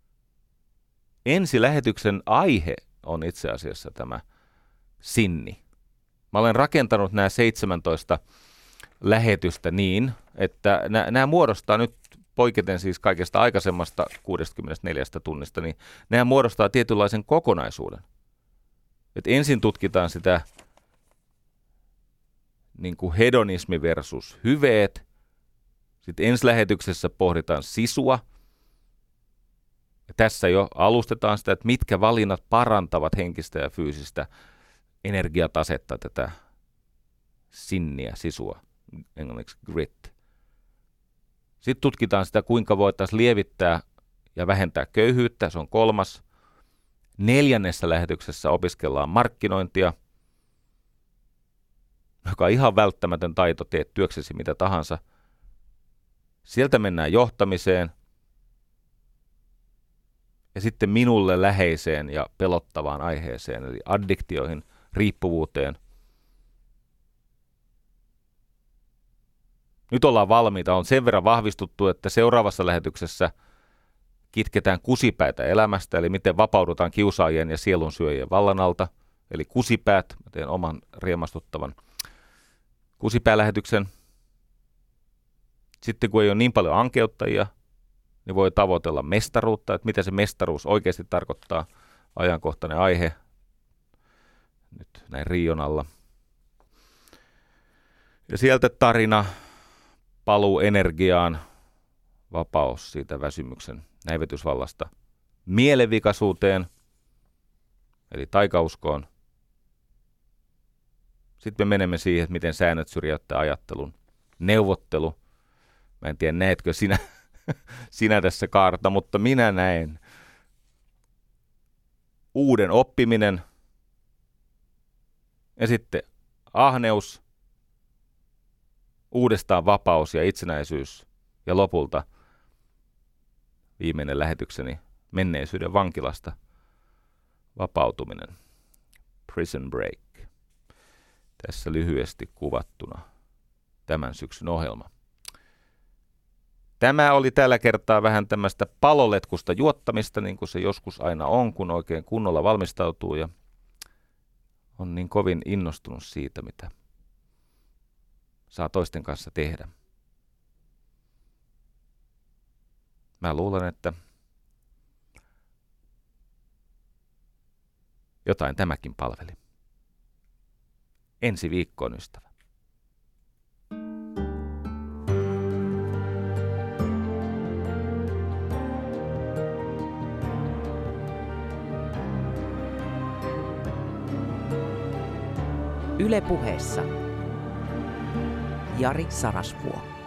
Ensi lähetyksen aihe on itse asiassa tämä sinni. Mä olen rakentanut nämä seitsemäntoista lähetystä niin, että nämä muodostaa nyt poiketen siis kaikesta aikaisemmasta kuudestakymmenestäneljästä tunnista, niin nämä muodostaa tietynlaisen kokonaisuuden. Et ensin tutkitaan sitä niin kuin hedonismi versus hyveet. Sitten ensi lähetyksessä pohditaan sisua. Ja tässä jo alustetaan sitä, että mitkä valinnat parantavat henkistä ja fyysistä energiatasetta, tätä sinniä, sisua, englanniksi grit. Sitten tutkitaan sitä, kuinka voitaisiin lievittää ja vähentää köyhyyttä, se on kolmas. Neljännessä lähetyksessä opiskellaan markkinointia, joka on ihan välttämätön taito, teet työksesi mitä tahansa. Sieltä mennään johtamiseen, ja sitten minulle läheiseen ja pelottavaan aiheeseen, eli addiktioihin, riippuvuuteen. Nyt ollaan valmiita, on sen verran vahvistuttu, että seuraavassa lähetyksessä kitketään kusipäitä elämästä, eli miten vapaudutaan kiusaajien ja sielunsyöjien vallan alta, eli kusipäät. Mä teen oman riemastuttavan kusipäälähetyksen. Sitten kun ei ole niin paljon ankeuttajia, niin voi tavoitella mestaruutta, että mitä se mestaruus oikeasti tarkoittaa, ajankohtainen aihe nyt näin Rion alla. Ja sieltä tarina, paluu energiaan, vapaus siitä väsymyksen näivetysvallasta mielenvikaisuuteen, eli taikauskoon. Sitten me menemme siihen, että miten säännöt syrjäyttää ajattelun. Neuvottelu. Mä en tiedä, näetkö sinä, sinä tässä kaarta, mutta minä näen. Uuden oppiminen. Ja sitten ahneus. Uudestaan vapaus ja itsenäisyys. Ja lopulta viimeinen lähetykseni menneisyyden vankilasta vapautuminen. Prison break. Tässä lyhyesti kuvattuna tämän syksyn ohjelma. Tämä oli tällä kertaa vähän tämmöistä paloletkusta juottamista, niin kuin se joskus aina on, kun oikein kunnolla valmistautuu ja on niin kovin innostunut siitä, mitä saa toisten kanssa tehdä. Mä luulen, että jotain tämäkin palveli. Ensi viikkoon, ystävä. Yle Puheessa Jari Sarasvuo.